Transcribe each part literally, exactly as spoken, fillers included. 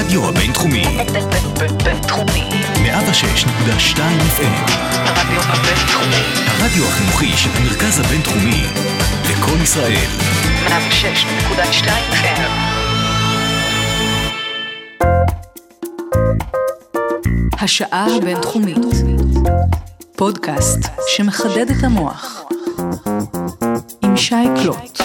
הרדיו הבינתחומי. בינתחומי. מאה ושש נקודה שתיים אף אם. הרדיו הבינתחומי. הרדיו החינוכי של המרכז הבינתחומי. לקול ישראל. מאה ושש נקודה שתיים אף אם. השעה הבינתחומית. פודקאסט שמחדד את המוח. עם שי קלוט.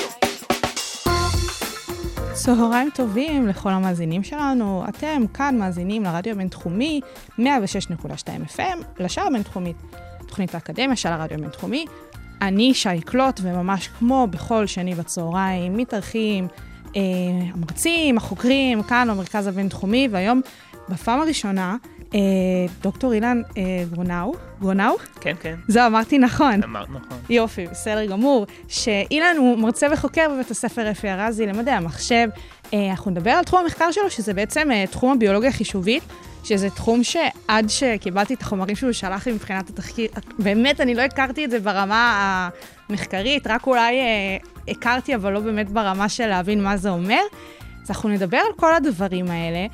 צהריים טובים לכל המאזינים שלנו. אתם כאן מאזינים לרדיו הבינתחומי מאה ושש נקודה שתיים אף אם, לשעה הבינתחומית, תוכנית האקדמיה של הרדיו הבינתחומי. אני שי קלוט, וממש כמו בכל שני בצהריים, מתארחים אה, המרצים, החוקרים, כאן במרכז הבינתחומי, והיום בפעם הראשונה, אה, דוקטור אילן אה, גרונאו, גרונאו? כן, כן. זהו, אמרתי נכון. אמרת נכון. יופי, בסדר גמור. שאילן הוא מרצה וחוקר בבית הספר אפי ארזי למדעי המחשב. אה, אנחנו נדבר על תחום המחקר שלו, שזה בעצם אה, תחום הביולוגיה החישובית, שזה תחום שעד שקיבלתי את החומרים שהוא שלח לי מבחינת התחקיר, באמת אני לא הכרתי את זה ברמה המחקרית, רק אולי אה, הכרתי, אבל לא באמת ברמה של להבין מה זה אומר. אז אנחנו נדבר על כל הדברים האלה.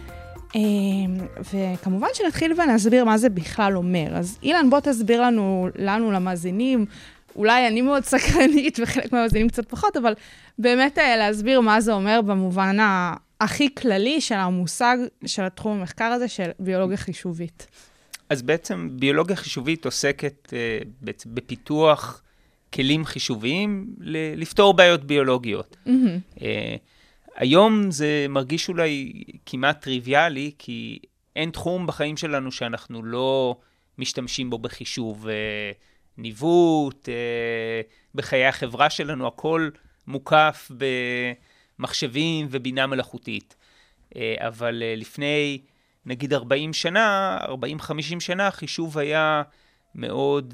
וכמובן שנתחיל ונסביר מה זה בכלל אומר. אז אילן, בוא תסביר לנו, לנו למאזינים, אולי אני מאוד סקרנית וחלק מהמאזינים קצת פחות, אבל באמת להסביר מה זה אומר במובן הכי כללי של המושג של התחום המחקר הזה של ביולוגיה חישובית. אז בעצם ביולוגיה חישובית עוסקת uh, בפיתוח כלים חישוביים לפתור בעיות ביולוגיות. Mm-hmm. Uh, היום זה מרגיש אולי כמעט טריוויאלי, כי אין תחום בחיים שלנו שאנחנו לא משתמשים בו בחישוב. ניווט, בחיי החברה שלנו, הכל מוקף במחשבים ובינה מלאכותית. אבל לפני נגיד ארבעים שנה, ארבעים חמישים שנה, החישוב היה מאוד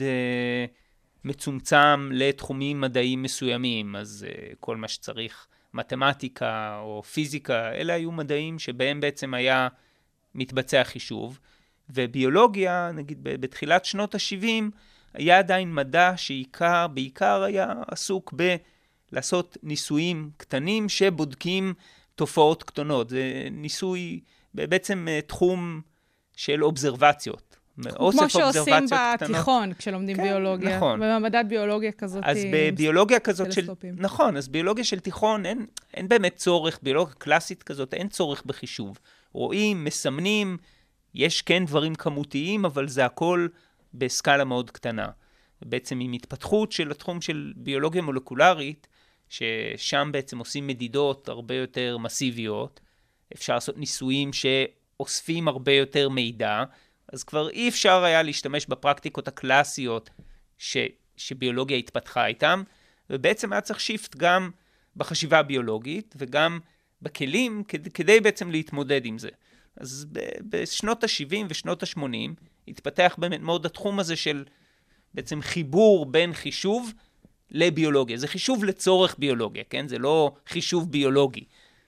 מצומצם לתחומים מדעיים מסוימים, אז כל מה שצריך מתמטיקה או פיזיקה, אלה היו מדעים שבהם בעצם היה מתבצע חישוב, וביולוגיה, נגיד בתחילת שנות ה-שבעים, היה עדיין מדע שעיקר, בעיקר היה עסוק בלעשות ניסויים קטנים שבודקים תופעות קטנות. זה ניסוי, בעצם תחום של אובזרבציות. כמו שעושים בתיכון כשלומדים ביולוגיה. נכון. במדד ביולוגיה כזאת. אז בביולוגיה כזאת של... נכון, אז ביולוגיה של תיכון אין, אין באמת צורך, ביולוגיה קלאסית כזאת אין צורך בחישוב. רואים, מסמנים, יש כן דברים כמותיים, אבל זה הכל בסקאלה מאוד קטנה. בעצם עם התפתחות של התחום של ביולוגיה מולקולרית, ששם בעצם עושים מדידות הרבה יותר מסיביות, אפשר לעשות ניסויים שאוספים הרבה יותר מידע, אז כבר אי אפשר היה להשתמש בפרקטיקות הקלאסיות ש, שביולוגיה התפתחה איתם, ובעצם היה צריך שיפט גם בחשיבה הביולוגית וגם בכלים כדי, כדי בעצם להתמודד עם זה. אז ב, בשנות ה-שבעים ושנות ה-שמונים התפתח באמת מאוד התחום הזה של בעצם חיבור בין חישוב לביולוגיה. זה חישוב לצורך ביולוגיה, כן? זה לא חישוב ביולוגי.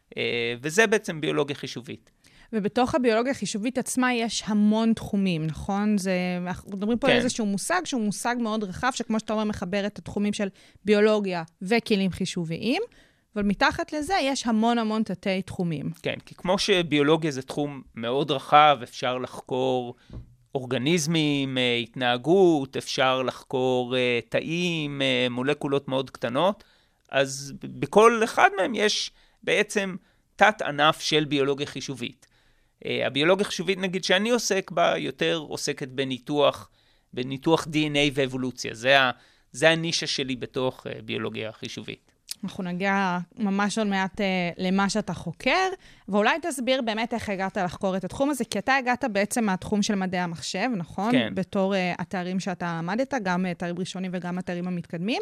וזה בעצם ביולוגיה חישובית. ובתוך הביולוגיה החישובית עצמה יש המון תחומים, נכון? זה, אנחנו מדברים פה כן. על איזשהו מושג שהוא מושג מאוד רחב, שכמו שאתה אומר מחבר את התחומים של ביולוגיה וכלים חישוביים, אבל מתחת לזה יש המון המון תתי תחומים. כן, כי כמו שביולוגיה זה תחום מאוד רחב, אפשר לחקור אורגניזמים, התנהגות, אפשר לחקור תאים, מולקולות מאוד קטנות, אז בכל אחד מהם יש בעצם תת ענף של ביולוגיה חישובית. הביולוגיה חישובית, נגיד, שאני עוסק בה, יותר עוסקת בניתוח, בניתוח די אן איי ואבולוציה. זה, זה הנישה שלי בתוך ביולוגיה חישובית. אנחנו נגיע ממש עוד מעט למה שאתה חוקר, ואולי תסביר באמת איך הגעת לחקור את התחום הזה, כי אתה הגעת בעצם מהתחום של מדעי המחשב, נכון? כן. בתור התארים שאתה למדת, גם תארים ראשונים וגם התארים המתקדמים.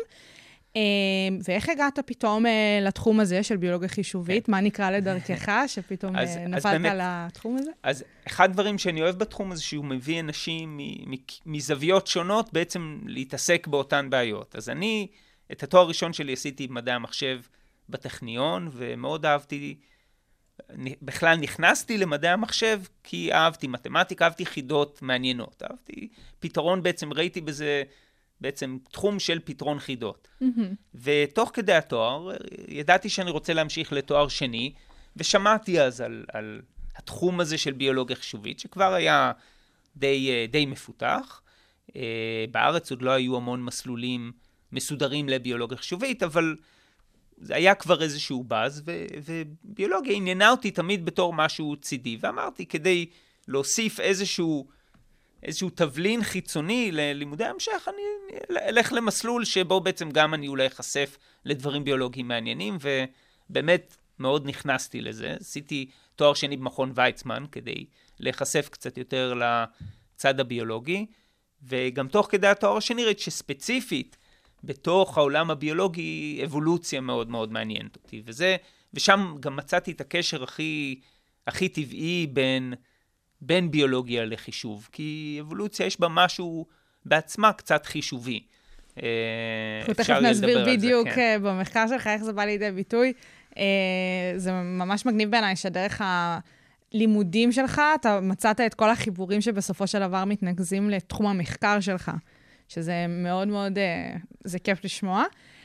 ואיך הגעת פתאום לתחום הזה של ביולוגיה חישובית? מה נקרא לדרכך שפתאום נפלת לתחום הזה? אז אחד הדברים שאני אוהב בתחום הזה, שהוא מביא אנשים מזוויות שונות בעצם להתעסק באותן בעיות. אז אני, את התואר הראשון שלי עשיתי במדעי המחשב בטכניון, ומאוד אהבתי, בכלל נכנסתי למדעי המחשב כי אהבתי מתמטיקה, אהבתי חידות מעניינות, אהבתי פתרון, בעצם ראיתי בזה בעצם תחום של פתרון חידות. Mm-hmm. ותוך כדי התואר, ידעתי שאני רוצה להמשיך לתואר שני, ושמעתי אז על, על התחום הזה של ביולוגיה חישובית, שכבר היה די, די מפותח. בארץ עוד לא היו המון מסלולים מסודרים לביולוגיה חישובית, אבל זה היה כבר איזשהו באז, ו- וביולוגיה עניינה אותי תמיד בתור משהו צידי, ואמרתי, כדי להוסיף איזשהו, איזשהו תבלין חיצוני ללימודי המשך, אני אלך למסלול שבו בעצם גם אני אולי אחשף לדברים ביולוגיים מעניינים, ובאמת מאוד נכנסתי לזה. עשיתי תואר שני במכון ויצמן, כדי להיחשף קצת יותר לצד הביולוגי, וגם תוך כדי התואר השני ראיתי שספציפית, בתוך העולם הביולוגי, אבולוציה מאוד מאוד מעניינת אותי, וזה, ושם גם מצאתי את הקשר הכי, הכי טבעי בין, בין ביולוגיה לחישוב, כי אבולוציה יש בה משהו בעצמה קצת חישובי. אנחנו תכף נסביר בדיוק במחקר שלך איך זה בא לידי ביטוי. זה ממש מגניב בעיניי שדרך הלימודים שלך, אתה מצאת את כל החיבורים שבסופו של דבר מתנגזים לתחום המחקר שלך. שזה מאוד מאוד, זה כיף לשמוע.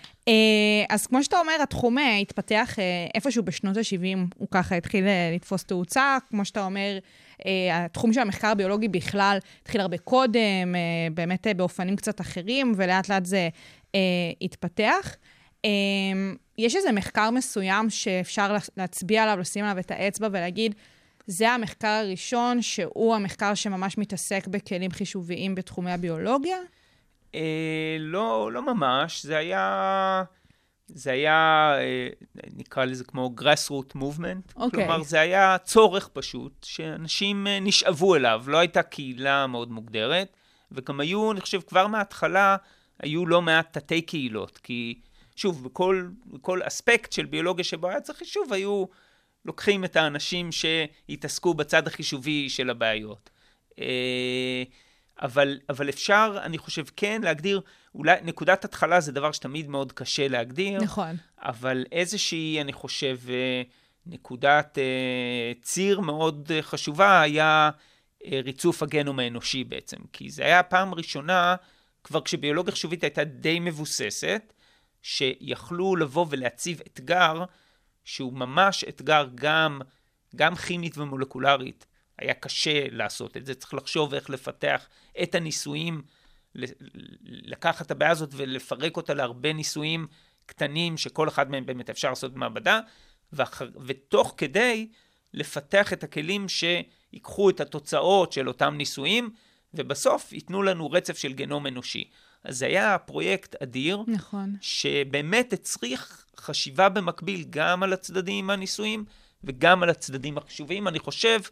אז כמו שאתה אומר, התחום התפתח איפשהו בשנות ה-שבעים, הוא ככה התחיל לתפוס תאוצה, כמו שאתה אומר, התחום של המחקר הביולוגי בכלל התחיל הרבה קודם, באמת באופנים קצת אחרים, ולאט לאט זה התפתח. יש איזה מחקר מסוים שאפשר להצביע עליו, לשים עליו את האצבע ולהגיד, זה המחקר הראשון שהוא המחקר שממש מתעסק בכלים חישוביים בתחומי הביולוגיה? אה, לא, לא ממש. זה היה, זה היה, אה, נקרא לזה כמו grassroot movement. Okay. כלומר, זה היה צורך פשוט, שאנשים אה, נשאבו אליו. לא הייתה קהילה מאוד מוגדרת, וגם היו, אני חושב, כבר מההתחלה, היו לא מעט תתי קהילות, כי שוב, בכל, בכל אספקט של ביולוגיה שבו היה צריך חישוב, היו לוקחים את האנשים שהתעסקו בצד החישובי של הבעיות. אבל, אבל אפשר, אני חושב, כן להגדיר, אולי נקודת התחלה זה דבר שתמיד מאוד קשה להגדיר. נכון. אבל איזושהי, אני חושב, נקודת ציר מאוד חשובה היה ריצוף הגנום האנושי בעצם. כי זה היה הפעם ראשונה, כבר כשביולוגיה חישובית הייתה די מבוססת, שיכלו לבוא ולהציב אתגר, שהוא ממש אתגר גם, גם כימית ומולקולרית. היה קשה לעשות את זה, צריך לחשוב איך לפתח את הניסויים, לקחת את הבעיה הזאת ולפרק אותה להרבה ניסויים קטנים, שכל אחד מהם באמת אפשר לעשות במעבדה, ותוך כדי לפתח את הכלים שיקחו את התוצאות של אותם ניסויים, ובסוף ייתנו לנו רצף של גנום אנושי. אז זה היה פרויקט אדיר, נכון. שבאמת הצריך חשיבה במקביל גם על הצדדים הניסויים, וגם על הצדדים החישוביים. אני חושב,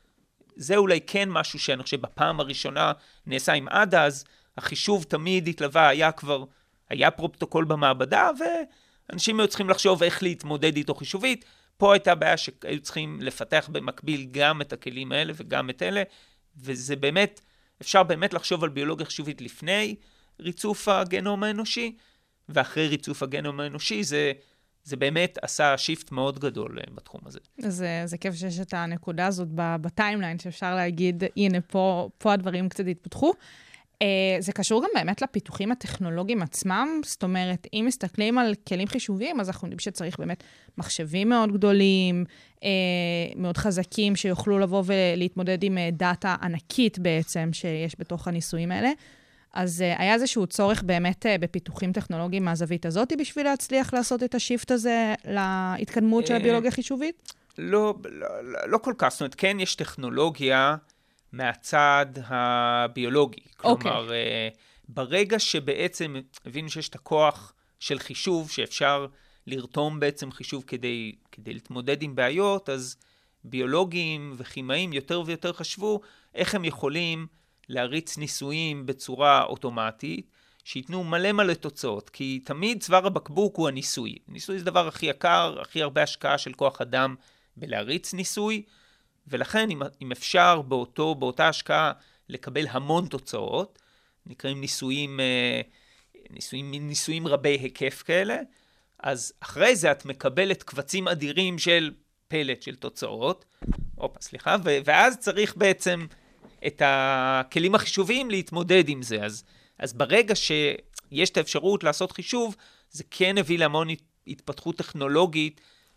זה אולי כן משהו שאני חושב בפעם הראשונה נעשה עם עד אז, החישוב תמיד התלווה, היה כבר, היה פרוטוקול במעבדה, ואנשים היו צריכים לחשוב איך להתמודד איתו חישובית. פה הייתה בעיה שהיו צריכים לפתח במקביל גם את הכלים האלה וגם את אלה, וזה באמת, אפשר באמת לחשוב על ביולוגיה חישובית לפני ריצוף הגנום האנושי, ואחרי ריצוף הגנום האנושי, זה, זה באמת עשה שיפט מאוד גדול בתחום הזה. זה, זה כיף שיש את הנקודה הזאת בטיימליין, שאפשר להגיד, הנה, פה, פה הדברים קצת התפתחו. זה קשור גם באמת לפיתוחים הטכנולוגיים עצמם, זאת אומרת, אם מסתכלים על כלים חישוביים, אז אנחנו יודעים שצריך באמת מחשבים מאוד גדולים, מאוד חזקים, שיוכלו לבוא ולהתמודד עם דאטה ענקית בעצם, שיש בתוך הניסויים האלה. אז היה איזשהו צורך באמת בפיתוחים טכנולוגיים מהזווית הזאת, בשביל להצליח לעשות את השיפט הזה להתקדמות של הביולוגיה החישובית? לא, לא, לא כל כך. זאת אומרת, כן יש טכנולוגיה מהצד הביולוגי. כלומר, okay. ברגע שבעצם הבינו שיש את הכוח של חישוב, שאפשר לרתום בעצם חישוב כדי, כדי להתמודד עם בעיות, אז ביולוגים וכימאים יותר ויותר חשבו איך הם יכולים להריץ ניסויים בצורה אוטומטית, שיתנו מלא מלא תוצאות, כי תמיד צוואר הבקבוק הוא הניסוי. ניסוי זה דבר הכי יקר, הכי הרבה השקעה של כוח אדם בלהריץ ניסוי, ולכן אם, אם אפשר באותו, באותה השקעה לקבל המון תוצאות, נקראים ניסויים, ניסויים, ניסויים רבי היקף כאלה, אז אחרי זה את מקבלת קבצים אדירים של פלט של תוצאות, אופה, סליחה, ו, ואז צריך בעצם את הכלים החישוביים להתמודד עם זה. אז, אז ברגע שיש את האפשרות לעשות חישוב, זה כן הביא להמון התפתחות טכנולוגית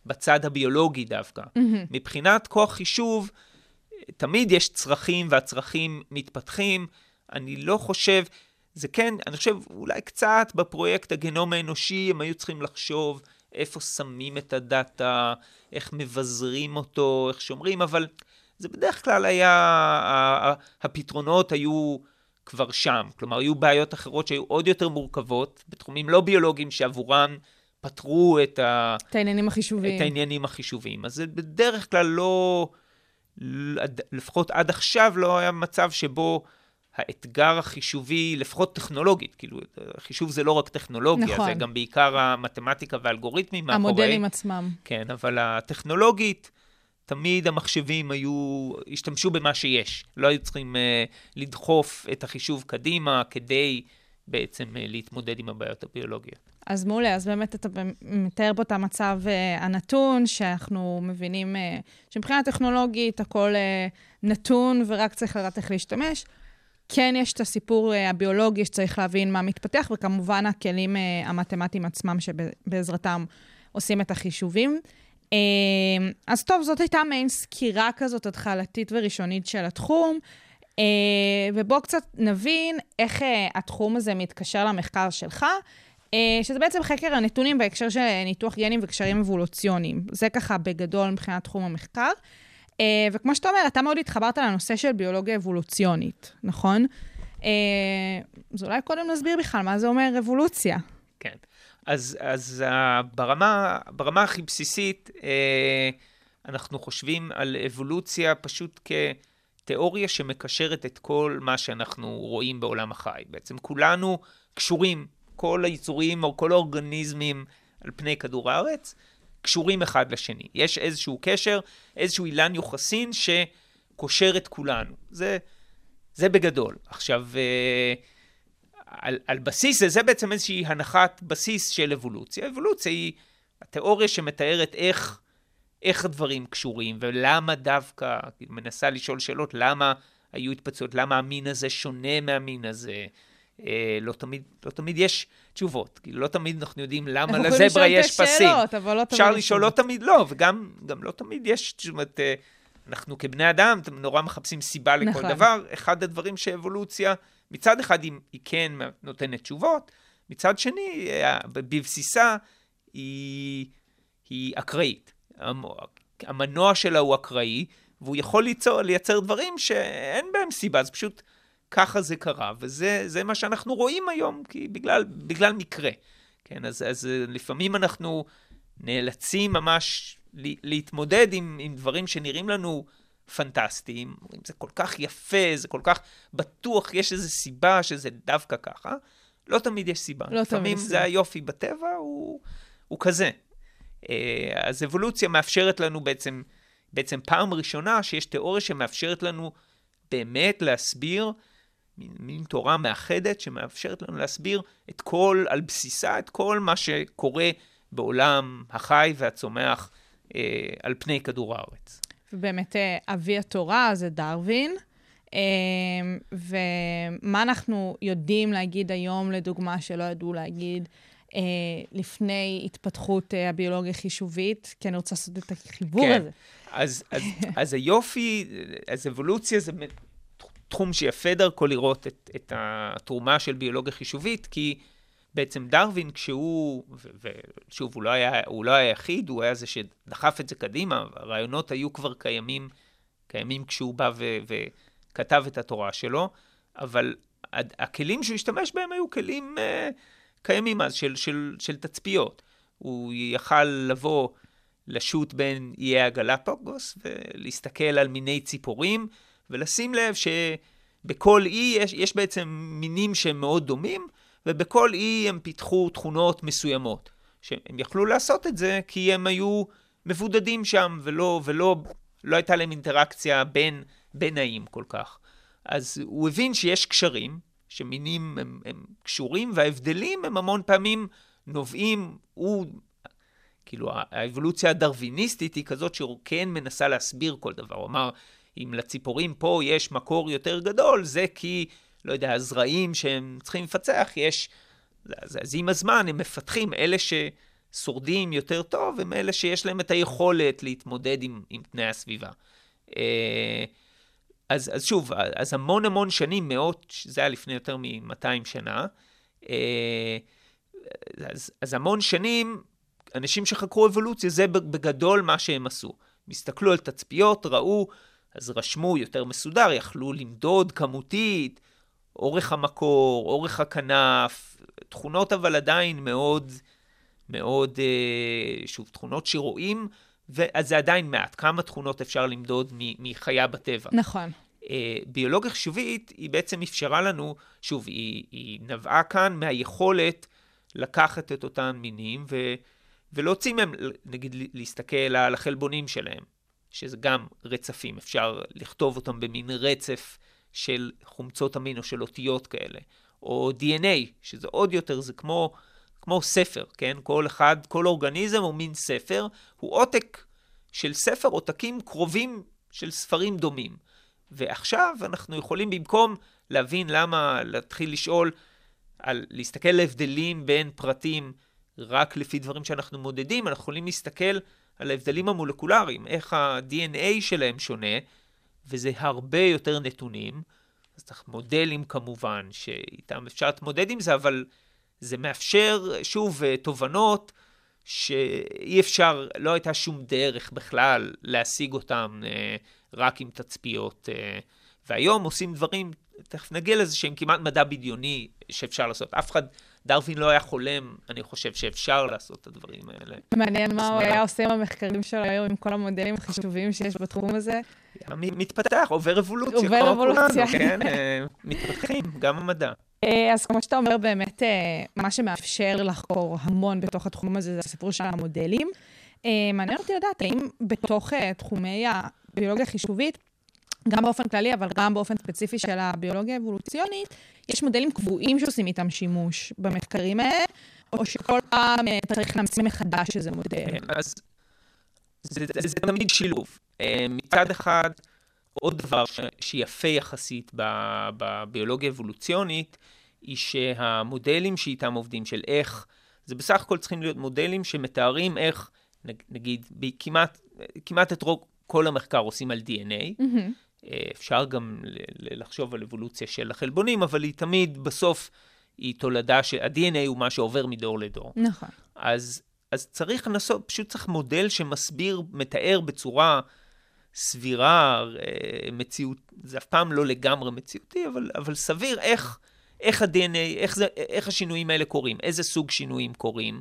בצד הביולוגי דווקא. Mm-hmm. מבחינת כוח חישוב, תמיד יש צרכים, והצרכים מתפתחים. אני לא חושב, זה כן, אני חושב אולי קצת בפרויקט הגנום האנושי, הם היו צריכים לחשוב איפה שמים את הדאטה, איך מבזרים אותו, איך שומרים, אבל זה בדרך כלל היה, הפתרונות היו כבר שם. כלומר, היו בעיות אחרות שהיו עוד יותר מורכבות, בתחומים לא ביולוגיים שעבורם פתרו את, ה... את העניינים החישוביים. את העניינים החישוביים. אז זה בדרך כלל לא, לפחות עד עכשיו לא היה מצב שבו האתגר החישובי, לפחות טכנולוגית, כאילו, חישוב זה לא רק טכנולוגיה, נכון. זה גם בעיקר המתמטיקה והאלגוריתמים מאחורי. המודלים עצמם. כן, אבל הטכנולוגית, תמיד המחשבים היו, השתמשו במה שיש. לא היו צריכים uh, לדחוף את החישוב קדימה, כדי בעצם uh, להתמודד עם הבעיות הביולוגיות. אז מעולה, אז באמת אתה מתאר פה את המצב uh, הנתון, שאנחנו מבינים uh, שמבחינה טכנולוגית הכל uh, נתון, ורק צריך לדעת איך להשתמש. כן, יש את הסיפור uh, הביולוגי שצריך להבין מה מתפתח, וכמובן הכלים uh, המתמטיים עצמם שבעזרתם עושים את החישובים. Uh, אז טוב, זאת הייתה מעין סקירה כזאת התחלתית וראשונית של התחום, uh, ובואו קצת נבין איך uh, התחום הזה מתקשר למחקר שלך, uh, שזה בעצם חקר הנתונים בהקשר של ניתוח גנים וקשרים אבולוציוניים. זה ככה בגדול מבחינת תחום המחקר. Uh, וכמו שאתה אומר, אתה מאוד התחברת לנושא של ביולוגיה אבולוציונית, נכון? Uh, אז אולי קודם נסביר בכלל מה זה אומר אבולוציה. כן. אז, אז uh, ברמה, ברמה הכי בסיסית, uh, אנחנו חושבים על אבולוציה פשוט כתיאוריה שמקשרת את כל מה שאנחנו רואים בעולם החי. בעצם כולנו קשורים, כל היצורים או כל האורגניזמים על פני כדור הארץ, קשורים אחד לשני. יש איזשהו קשר, איזשהו אילן יוחסין שקושר את כולנו. זה, זה בגדול. עכשיו, על, על בסיס זה, זה בעצם איזושהי הנחת בסיס של אבולוציה. אבולוציה היא התיאוריה שמתארת איך, איך הדברים קשורים, ולמה דווקא, מנסה לשאול שאלות, למה היו התפצלות, למה המין הזה שונה מהמין הזה. אה, לא תמיד, לא תמיד יש תשובות, כי לא תמיד אנחנו יודעים למה לזברה יש פסים. לא אפשר לשאול, לא תמיד לא, וגם גם לא תמיד יש, זאת אומרת, אנחנו כבני אדם, נורא מחפשים סיבה לכל נכון. דבר. אחד הדברים שאבולוציה, מצד אחד היא, היא כן נותנת תשובות, מצד שני, בבסיסה היא, היא אקראית. המנוע שלה הוא אקראי, והוא יכול ליצור, לייצר דברים שאין בהם סיבה, אז פשוט ככה זה קרה, וזה זה מה שאנחנו רואים היום, כי בגלל, בגלל מקרה. כן, אז, אז לפעמים אנחנו נאלצים ממש להתמודד עם, עם דברים שנראים לנו פנטסטיים, זה כל כך יפה, זה כל כך בטוח, יש איזו סיבה שזה דווקא ככה, לא תמיד יש סיבה. לא לפעמים זה היופי בטבע, הוא, הוא כזה. אז אבולוציה מאפשרת לנו בעצם, בעצם פעם ראשונה שיש תיאוריה שמאפשרת לנו באמת להסביר, מין, מין תורה מאחדת שמאפשרת לנו להסביר את כל, על בסיסה, את כל מה שקורה בעולם החי והצומח אה, על פני כדור הארץ. ובאמת אבי התורה זה דרווין, אה, ומה אנחנו יודעים להגיד היום לדוגמה שלא ידעו להגיד אה, לפני התפתחות אה, הביולוגיה חישובית, כי אני רוצה לעשות את החיבור כן. הזה. אז, אז, אז היופי, אז אבולוציה זה תחום שיפה דרכו לראות את, את התרומה של ביולוגיה חישובית, כי בעצם דרווין, כשהוא, ושוב, הוא לא היה, הוא לא היה יחיד, הוא היה זה שדחף את זה קדימה, הרעיונות היו כבר קיימים, קיימים כשהוא בא ו, וכתב את התורה שלו, אבל הכלים שהוא השתמש בהם היו כלים uh, קיימים אז, של, של, של תצפיות. הוא יכל לבוא לשוט בין איי הגלפגוס, ולהסתכל על מיני ציפורים, ולשים לב שבכל אי יש, יש בעצם מינים שהם מאוד דומים, ובכל אי הם פיתחו תכונות מסוימות. שהם יכלו לעשות את זה כי הם היו מבודדים שם, ולא, ולא לא הייתה להם אינטראקציה בין, בין האיים כל כך. אז הוא הבין שיש קשרים, שמינים הם, הם קשורים, וההבדלים הם המון פעמים נובעים, הוא, כאילו האבולוציה הדרוויניסטית היא כזאת שכן מנסה להסביר כל דבר. הוא אמר, אם לציפורים פה יש מקור יותר גדול, זה כי, לא יודע, הזרעים שהם צריכים לפצח, יש, אז, אז עם הזמן הם מפתחים, אלה שורדים יותר טוב, הם אלה שיש להם את היכולת להתמודד עם, עם תנאי הסביבה. אז, אז שוב, אז המון המון שנים, מאות, זה היה לפני יותר מ-מאתיים שנה, אז, אז המון שנים, אנשים שחקרו אבולוציה, זה בגדול מה שהם עשו. מסתכלו על תצפיות, ראו, אז רשמו יותר מסודר, יכלו למדוד כמותית, אורך המקור, אורך הכנף, תכונות אבל עדיין מאוד, מאוד, שוב, תכונות שרואים, אז זה עדיין מעט. כמה תכונות אפשר למדוד מחיה בטבע? נכון. ביולוגיה חישובית היא בעצם אפשרה לנו, שוב, היא, היא נבעה כאן מהיכולת לקחת את אותם מינים ו, ולהוציא מהם, נגיד, להסתכל על החלבונים שלהם, שזה גם רצפים, אפשר לכתוב אותם במין רצף של חומצות אמין או של אותיות כאלה, או די אן איי, שזה עוד יותר, זה כמו, כמו ספר, כן? כל אחד, כל אורגניזם הוא מין ספר, הוא עותק של ספר, עותקים קרובים של ספרים דומים. ועכשיו אנחנו יכולים במקום להבין למה, להתחיל לשאול, על להסתכל על הבדלים בין פרטים רק לפי דברים שאנחנו מודדים, אנחנו יכולים להסתכל על ההבדלים המולקולריים, איך ה-די אן איי שלהם שונה, וזה הרבה יותר נתונים. אז צריך מודלים כמובן, שאיתם אפשר להתמודד עם זה, אבל זה מאפשר, שוב, תובנות שאי אפשר, לא הייתה שום דרך בכלל להשיג אותם רק עם תצפיות. והיום עושים דברים, תכף נגיע לזה, שהם כמעט מדע בדיוני שאפשר לעשות. אף אחד, דרווין לא היה חולם, אני חושב שאפשר לעשות את הדברים האלה. מעניין מה הוא היה עושה עם המחקרים שלו היום, עם כל המודלים החישוביים שיש בתחום הזה. מתפתח, עובר אבולוציה. עובר אבולוציה. כן, מתפתחים, גם המדע. אז כמו שאתה אומר, באמת, מה שמאפשר לחקור המון בתוך התחום הזה, זה הסיפור של המודלים. מעניין אותי לדעת, האם בתוך תחומי הביולוגיה החישובית, גם באופן כללי, אבל גם באופן ספציפי של הביולוגיה האבולוציונית, יש מודלים קבועים שעושים איתם שימוש במחקרים האלה, או שכל פעם צריך להמציא מחדש איזה מודל? אז זה, זה, זה תמיד שילוב. מצד אחד, עוד דבר שיפה יחסית בביולוגיה האבולוציונית, היא שהמודלים שאיתם עובדים של איך, זה בסך הכל צריכים להיות מודלים שמתארים איך, נגיד, כמעט, כמעט את רוב כל המחקר עושים על די אן איי, mm-hmm. אפשר גם לחשוב על אבולוציה של החלבונים, אבל היא תמיד בסוף היא תולדה שה-די אן איי הוא מה שעובר מדור לדור. נכון. אז, אז צריך לנסות, פשוט צריך מודל שמסביר, מתאר בצורה סבירה, מציאות, זה אף פעם לא לגמרי מציאותי, אבל, אבל סביר איך, איך ה-די אן איי, איך, זה, איך השינויים האלה קורים, איזה סוג שינויים קורים.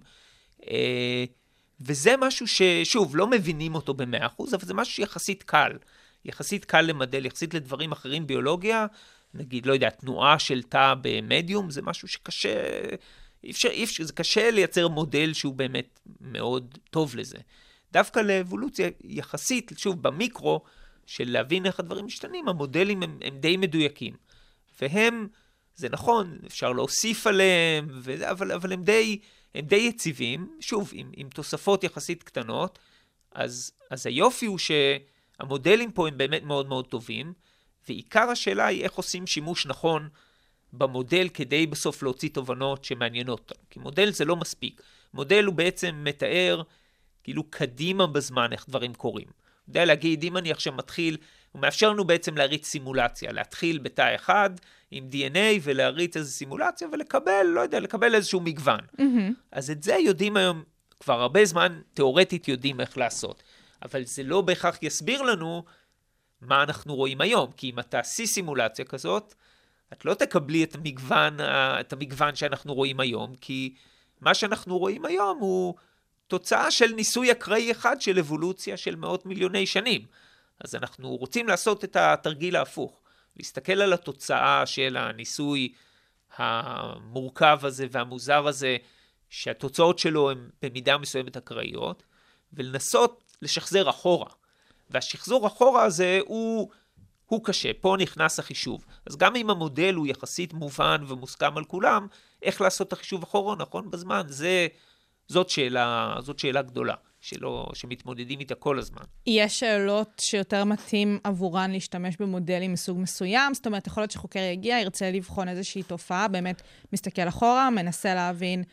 וזה משהו ששוב, לא מבינים אותו במאה אחוז, אבל זה משהו שיחסית קל. יחסית קל למדל, יחסית לדברים אחרים ביולוגיה, נגיד, לא יודע, תנועה של תא במדיום, זה משהו שקשה, אי אפשר, אי אפשר, זה קשה לייצר מודל שהוא באמת מאוד טוב לזה. דווקא לאבולוציה יחסית, שוב, במיקרו, של להבין איך הדברים משתנים, המודלים הם, הם די מדויקים. והם, זה נכון, אפשר להוסיף עליהם, וזה, אבל, אבל הם די, הם די יציבים, שוב, עם, עם תוספות יחסית קטנות, אז, אז היופי הוא שהמודלים פה הם באמת מאוד מאוד טובים, ועיקר השאלה היא איך עושים שימוש נכון במודל כדי בסוף להוציא תובנות שמעניינות אותם. כי מודל זה לא מספיק. מודל הוא בעצם מתאר כאילו קדימה בזמן איך דברים קורים. הוא יודע להגיד, אם אני עכשיו מתחיל, הוא מאפשר לנו בעצם להריץ סימולציה, להתחיל בתא אחד עם די אן איי ולהריץ איזו סימולציה ולקבל, לא יודע, לקבל איזשהו מגוון. Mm-hmm. אז את זה יודעים היום, כבר הרבה זמן תיאורטית יודעים איך לעשות. אבל זה לא בהכרח יסביר לנו מה אנחנו רואים היום, כי אם את תעשי סימולציה כזאת, את לא תקבלי את המגוון, את המגוון שאנחנו רואים היום, כי מה שאנחנו רואים היום הוא תוצאה של ניסוי אקראי אחד של אבולוציה של מאות מיליוני שנים. אז אנחנו רוצים לעשות את התרגיל ההפוך, להסתכל על התוצאה של הניסוי המורכב הזה והמוזר הזה, שהתוצאות שלו הן במידה מסוימת אקראיות, ולנסות לשחזר אחורה. והשחזור אחורה הזה הוא, הוא קשה, פה נכנס החישוב. אז גם אם המודל הוא יחסית מובן ומוסכם על כולם, איך לעשות את החישוב אחורה נכון בזמן, זה, זאת שאלה, זאת שאלה גדולה, שלא, שמתמודדים איתה כל הזמן. יש שאלות שיותר מתאים עבורן להשתמש במודלים מסוג מסוים, זאת אומרת, יכול להיות שחוקר יגיע, ירצה לבחון איזושהי תופעה, באמת מסתכל אחורה, מנסה להבין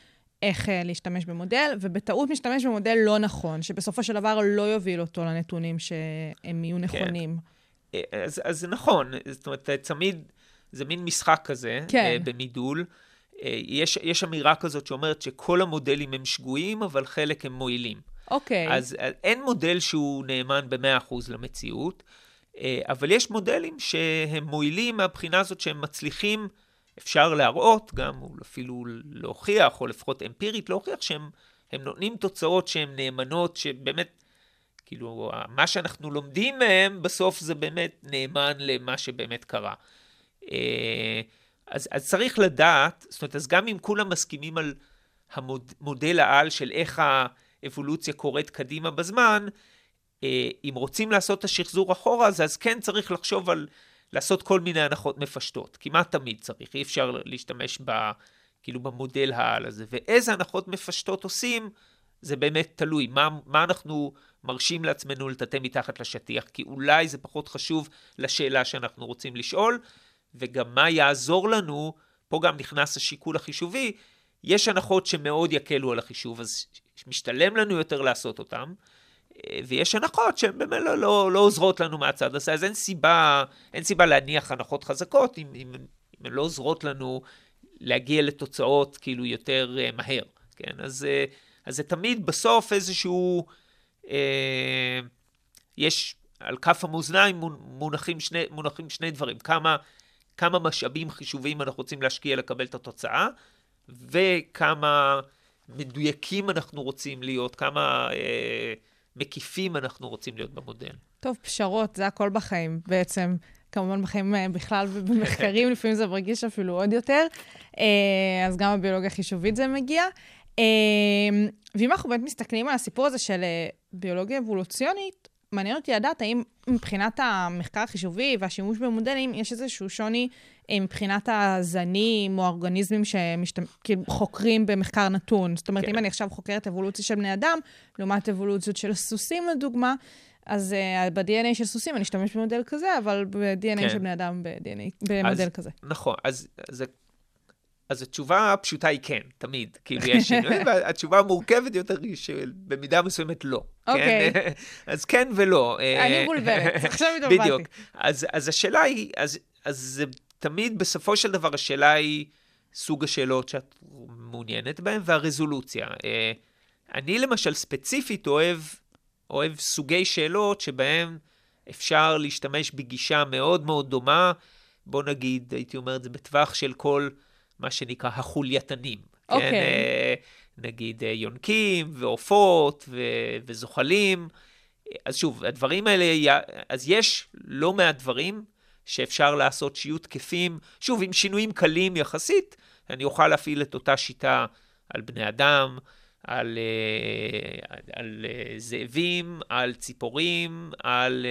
איך להשתמש במודל, ובטעות משתמש במודל לא נכון, שבסופו של דבר לא יוביל אותו לנתונים שהם יהיו נכונים. כן. אז, אז זה נכון, זאת אומרת, צמיד, זה מין משחק כזה, כן. במידול. יש, יש אמירה כזאת שאומרת שכל המודלים הם שגויים, אבל חלק הם מועילים. אוקיי. אז אין מודל שהוא נאמן ב-מאה אחוז למציאות, אבל יש מודלים שהם מועילים מהבחינה הזאת שהם מצליחים, אפשר להראות, גם אפילו להוכיח, או לפחות אמפירית להוכיח, שהם הם נותנים תוצאות שהן נאמנות, שבאמת, כאילו, מה שאנחנו לומדים מהם, בסוף זה באמת נאמן למה שבאמת קרה. אז, אז צריך לדעת, זאת אומרת, אז גם אם כולם מסכימים על המודל העל של איך האבולוציה קורית קדימה בזמן, אם רוצים לעשות את השחזור אחורה, אז, אז כן צריך לחשוב על לעשות כל מיני הנחות מפשטות. כמעט תמיד צריך, אי אפשר להשתמש ב, כאילו במודל העל הזה. ואיזה הנחות מפשטות עושים, זה באמת תלוי. מה, מה אנחנו מרשים לעצמנו לטאטא מתחת לשטיח, כי אולי זה פחות חשוב לשאלה שאנחנו רוצים לשאול, וגם מה יעזור לנו, פה גם נכנס השיקול החישובי, יש הנחות שמאוד יקלו על החישוב, אז משתלם לנו יותר לעשות אותם, ויש הנחות שהן באמת לא, לא, לא עוזרות לנו מהצד הזה, אז אין סיבה, אין סיבה להניח הנחות חזקות, אם, אם, אם הן לא עוזרות לנו להגיע לתוצאות כאילו יותר uh, מהר, כן? אז, uh, אז זה תמיד בסוף איזשהו, uh, יש על כף המאזניים מונחים שני, מונחים שני דברים, כמה, כמה משאבים חישוביים אנחנו רוצים להשקיע לקבל את התוצאה, וכמה מדויקים אנחנו רוצים להיות, כמה אה, מקיפים אנחנו רוצים להיות במודל. טוב, פשרות, זה הכל בחיים בעצם. כמובן בחיים בכלל ובמחקרים, לפעמים זה מרגיש אפילו עוד יותר. אה, אז גם הביולוגיה החישובית זה מגיע. אה, ואם אנחנו באמת מסתכלים על הסיפור הזה של ביולוגיה אבולוציונית, מעניין אותי לדעת, האם מבחינת המחקר החישובי והשימוש במודלים, יש איזשהו שוני מבחינת הזנים או האורגניזמים שחוקרים במחקר נתון. זאת אומרת, כן. אם אני עכשיו חוקרת אבולוציה של בני אדם, לעומת אבולוציות של סוסים לדוגמה, אז uh, ב-די אן איי של סוסים אני אשתמש במודל כזה, אבל ב-די אן איי כן. של בני אדם ב-די אן איי, במודל אז, כזה. נכון, אז, אז, אז התשובה הפשוטה היא כן, תמיד. כאילו יש שינוי, והתשובה המורכבת יותר היא שבמידה מסוימת לא. אוקיי. כן? אז כן ולא. אני מולברת, עכשיו התובלתי. בדיוק. אז, אז השאלה היא, אז, אז זה תמיד בסופו של דבר השאלה היא סוג השאלות שאת מעוניינת בהן, והרזולוציה. אני למשל ספציפית אוהב, אוהב סוגי שאלות שבהם אפשר להשתמש בגישה מאוד מאוד דומה, בוא נגיד, הייתי אומר את זה בטווח של כל מה שנקרא החולייתנים. אוקיי. כן? נגיד יונקים ועופות ו- וזוחלים. אז שוב, הדברים האלה, אז יש לא מעט דברים שאפשר לעשות שיהיו תקפים, שוב, עם שינויים קלים יחסית, אני אוכל להפעיל את אותה שיטה על בני אדם, על, על זאבים, על ציפורים, על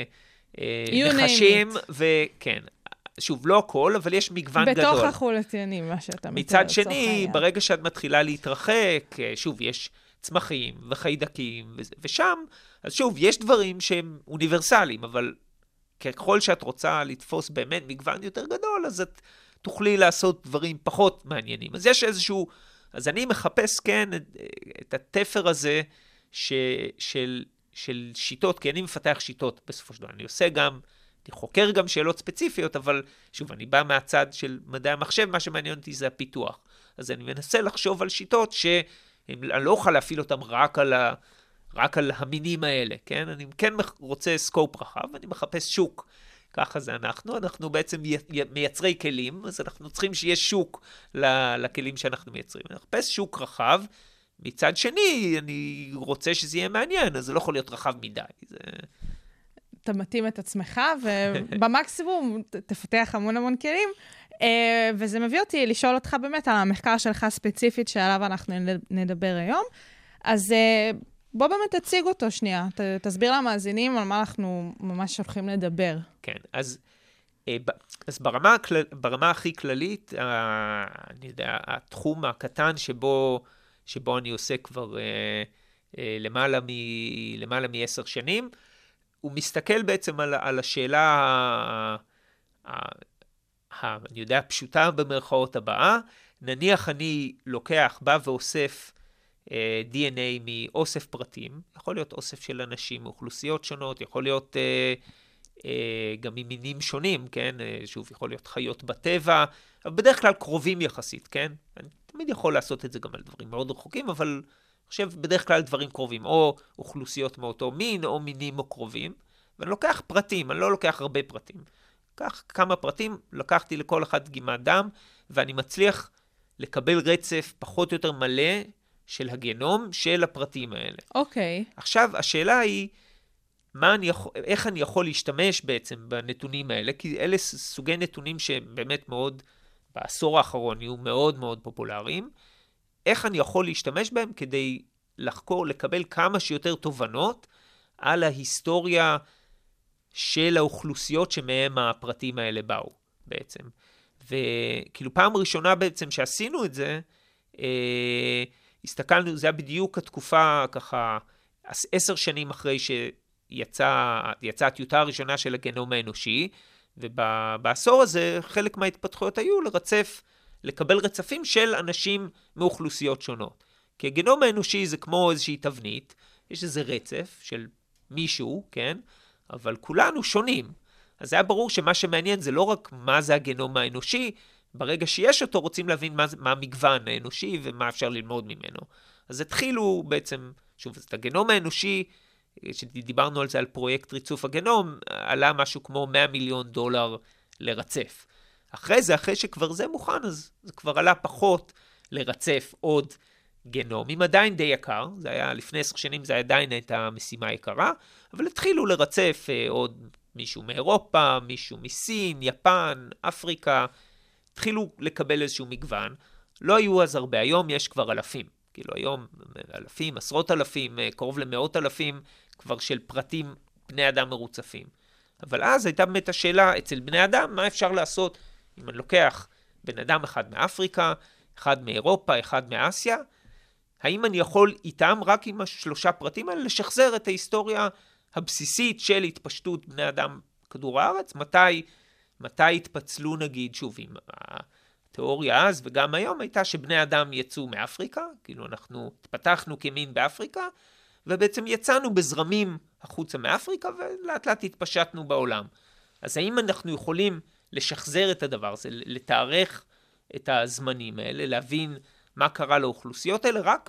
נחשים, וכן, שוב, לא הכל, אבל יש מגוון בתוך גדול. בתוך החולייתנים, מה שאתה מתאר. מצד שני, ברגע שאת מתחילה להתרחק, שוב, יש צמחים וחיידקים, ושם, אז שוב, יש דברים שהם אוניברסליים, אבל ככל שאת רוצה לתפוס באמת מגוון יותר גדול, אז את תוכלי לעשות דברים פחות מעניינים. אז יש איזשהו, אז אני מחפש, כן, את, את התפר הזה ש, של, של שיטות, כי אני מפתח שיטות בסופו של דבר. אני עושה גם, אני חוקר גם שאלות ספציפיות, אבל שוב, אני בא מהצד של מדעי המחשב, מה שמעניין אותי זה הפיתוח. אז אני מנסה לחשוב על שיטות שאני לא אוכל להפעיל אותם רק על ה... רק על המינים האלה, כן? אני כן רוצה סקופ רחב, אני מחפש שוק. ככה זה אנחנו. אנחנו בעצם מייצרי כלים, אז אנחנו צריכים שיש שוק לכלים שאנחנו מייצרים. אני מחפש שוק רחב. מצד שני, אני רוצה שזה יהיה מעניין, אז זה לא יכול להיות רחב מדי. זה... אתה מתאים את עצמך, ובמקסימום תפתח המון המון כלים, וזה מביא אותי לשאול אותך באמת על המחקר שלך ספציפית, שעליו אנחנו נדבר היום. אז... בוא באמת תציג אותו שנייה, ת, תסביר למאזינים על מה אנחנו ממש הולכים לדבר. כן, אז, אז ברמה, ברמה הכי כללית, אני יודע, התחום הקטן שבו, שבו אני עושה כבר למעלה, מ, למעלה מעשר שנים, הוא מסתכל בעצם על, על השאלה, ה, ה, ה, אני יודע, הפשוטה במרכאות הבאה, נניח אני לוקח, בא ואוסף אה, די אן איי מאוסף פרטים, יכול להיות אוסף של אנשים מאוכלוסיות שונות, יכול להיות אה, אה, גם ממינים שונים, כן? אה, שוב, יכול להיות חיות בטבע, אבל בדרך כלל קרובים יחסית, כן? אני תמיד יכול לעשות את זה גם על דברים מאוד רחוקים, אבל אני חושב בדרך כלל דברים קרובים, או אוכלוסיות מאותו מין, או מינים או קרובים, ואני לוקח פרטים, אני לא לוקח הרבה פרטים. לקח כמה פרטים, לקחתי לכל אחד דגימת דם, ואני מצליח לקבל רצף פחות או יותר מלא של הגנום של הפרטים האלה. אוקיי. Okay. עכשיו, השאלה היא, מה אני יכול, איך אני יכול להשתמש בעצם בנתונים האלה, כי אלה סוגי נתונים שבאמת מאוד, בעשור האחרון יהיו מאוד מאוד פופולריים, איך אני יכול להשתמש בהם כדי לחקור, לקבל כמה שיותר תובנות על ההיסטוריה של האוכלוסיות שמהם הפרטים האלה באו בעצם. וכאילו פעם ראשונה בעצם שעשינו את זה, אה, הסתכלנו, זה היה בדיוק התקופה ככה, עשר שנים אחרי שיצאה יצא הטיוטה הראשונה של הגנום האנושי, ובעשור הזה חלק מההתפתחויות היו לרצף, לקבל רצפים של אנשים מאוכלוסיות שונות. כי הגנום האנושי זה כמו איזושהי תבנית, יש איזה רצף של מישהו, כן? אבל כולנו שונים. אז זה היה ברור שמה שמעניין זה לא רק מה זה הגנום האנושי, ברגע שיש אותו רוצים להבין מה, מה המגוון האנושי ומה אפשר ללמוד ממנו. אז התחילו בעצם, שוב, את הגנום האנושי, שדיברנו על זה על פרויקט ריצוף הגנום, עלה משהו כמו מאה מיליון דולר לרצף. אחרי זה, אחרי שכבר זה מוכן, אז זה כבר עלה פחות לרצף עוד גנומים, עדיין די יקר, זה היה לפני עשר שנים, זה עדיין הייתה משימה יקרה, אבל התחילו לרצף אה, עוד מישהו מאירופה, מישהו מסין, יפן, אפריקה, התחילו לקבל איזשהו מגוון, לא היו אז הרבה, היום יש כבר אלפים, כאילו היום אלפים, עשרות אלפים, קרוב למאות אלפים, כבר של פרטים בני אדם מרוצפים. אבל אז הייתה באמת השאלה אצל בני אדם, מה אפשר לעשות אם אני לוקח בן אדם אחד מאפריקה, אחד מאירופה, אחד מאסיה, האם אני יכול איתם רק עם השלושה פרטים האלה לשחזר את ההיסטוריה הבסיסית של התפשטות בני אדם כדור הארץ? מתי, מתי התפצלו נגיד, שוב, עם התיאוריה אז וגם היום הייתה שבני אדם יצאו מאפריקה, כאילו אנחנו התפתחנו כמין באפריקה, ובעצם יצאנו בזרמים החוצה מאפריקה ולאט לאט התפשטנו בעולם. אז האם אנחנו יכולים לשחזר את הדבר הזה, לתארך את הזמנים האלה, להבין מה קרה לאוכלוסיות האלה, רק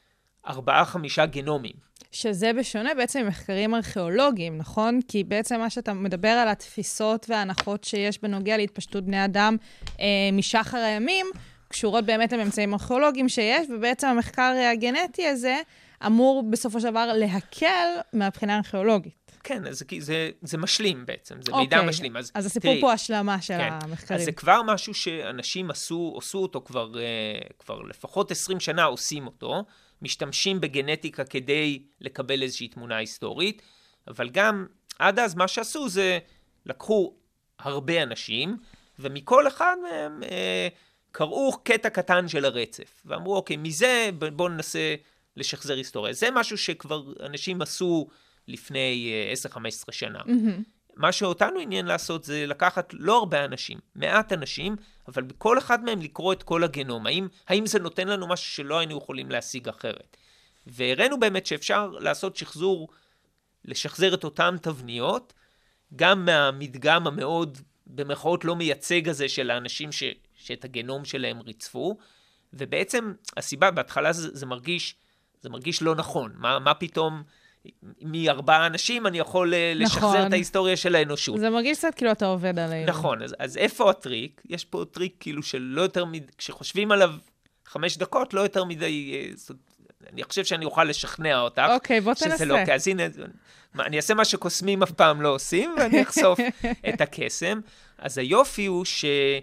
מארבעה חמישה גנומים. שזה בשונה בעצם ממחקרים ארכיאולוגיים, נכון? כי בעצם מה שאתה מדבר על התפיסות וההנחות שיש בנוגע להתפשטות בני אדם אה, משחר הימים, קשורות באמת לממצאים ארכיאולוגיים שיש, ובעצם המחקר הגנטי הזה אמור בסופו של דבר להקל מהבחינה הארכיאולוגית. כן, אז זה, זה משלים בעצם, זה מידע אוקיי. משלים. אז, אז הסיפור תראי, פה השלמה של כן, המחקרים. אז זה כבר משהו שאנשים עשו, עשו אותו כבר, כבר לפחות עשרים שנה עושים אותו, משתמשים בגנטיקה כדי לקבל איזושהי תמונה היסטורית, אבל גם עד אז מה שעשו זה לקחו הרבה אנשים, ומכל אחד מהם אה, קראו קטע קטן של הרצף, ואמרו אוקיי, מזה בואו ננסה לשחזר היסטוריה. זה משהו שכבר אנשים עשו לפני עשר חמש עשרה שנה. Mm-hmm. מה שאותנו עניין לעשות זה לקחת לא הרבה אנשים, מעט אנשים, אבל בכל אחד מהם לקרוא את כל הגנום. האם, האם זה נותן לנו משהו שלא היינו יכולים להשיג אחרת? והראינו באמת שאפשר לעשות שחזור, לשחזר את אותן תבניות, גם מהמדגם המאוד, במרכאות לא מייצג הזה של האנשים ש, שאת הגנום שלהם ריצפו, ובעצם הסיבה, בהתחלה זה, זה מרגיש, זה מרגיש לא נכון. מה, מה פתאום מארבעה אנשים אני יכול לשחזר נכון. את ההיסטוריה של האנושות. זה מרגיש קצת כאילו אתה עובד עלינו. נכון, אז, אז איפה הטריק? יש פה טריק כאילו של לא יותר מדי, כשחושבים עליו חמש דקות, לא יותר מדי, אני חושב שאני אוכל לשכנע אותך. אוקיי, בוא תנסה. לא, כי אז הנה, אני אעשה מה שקוסמים אף פעם לא עושים, ואני אחשוף את הקסם. אז היופי הוא ש,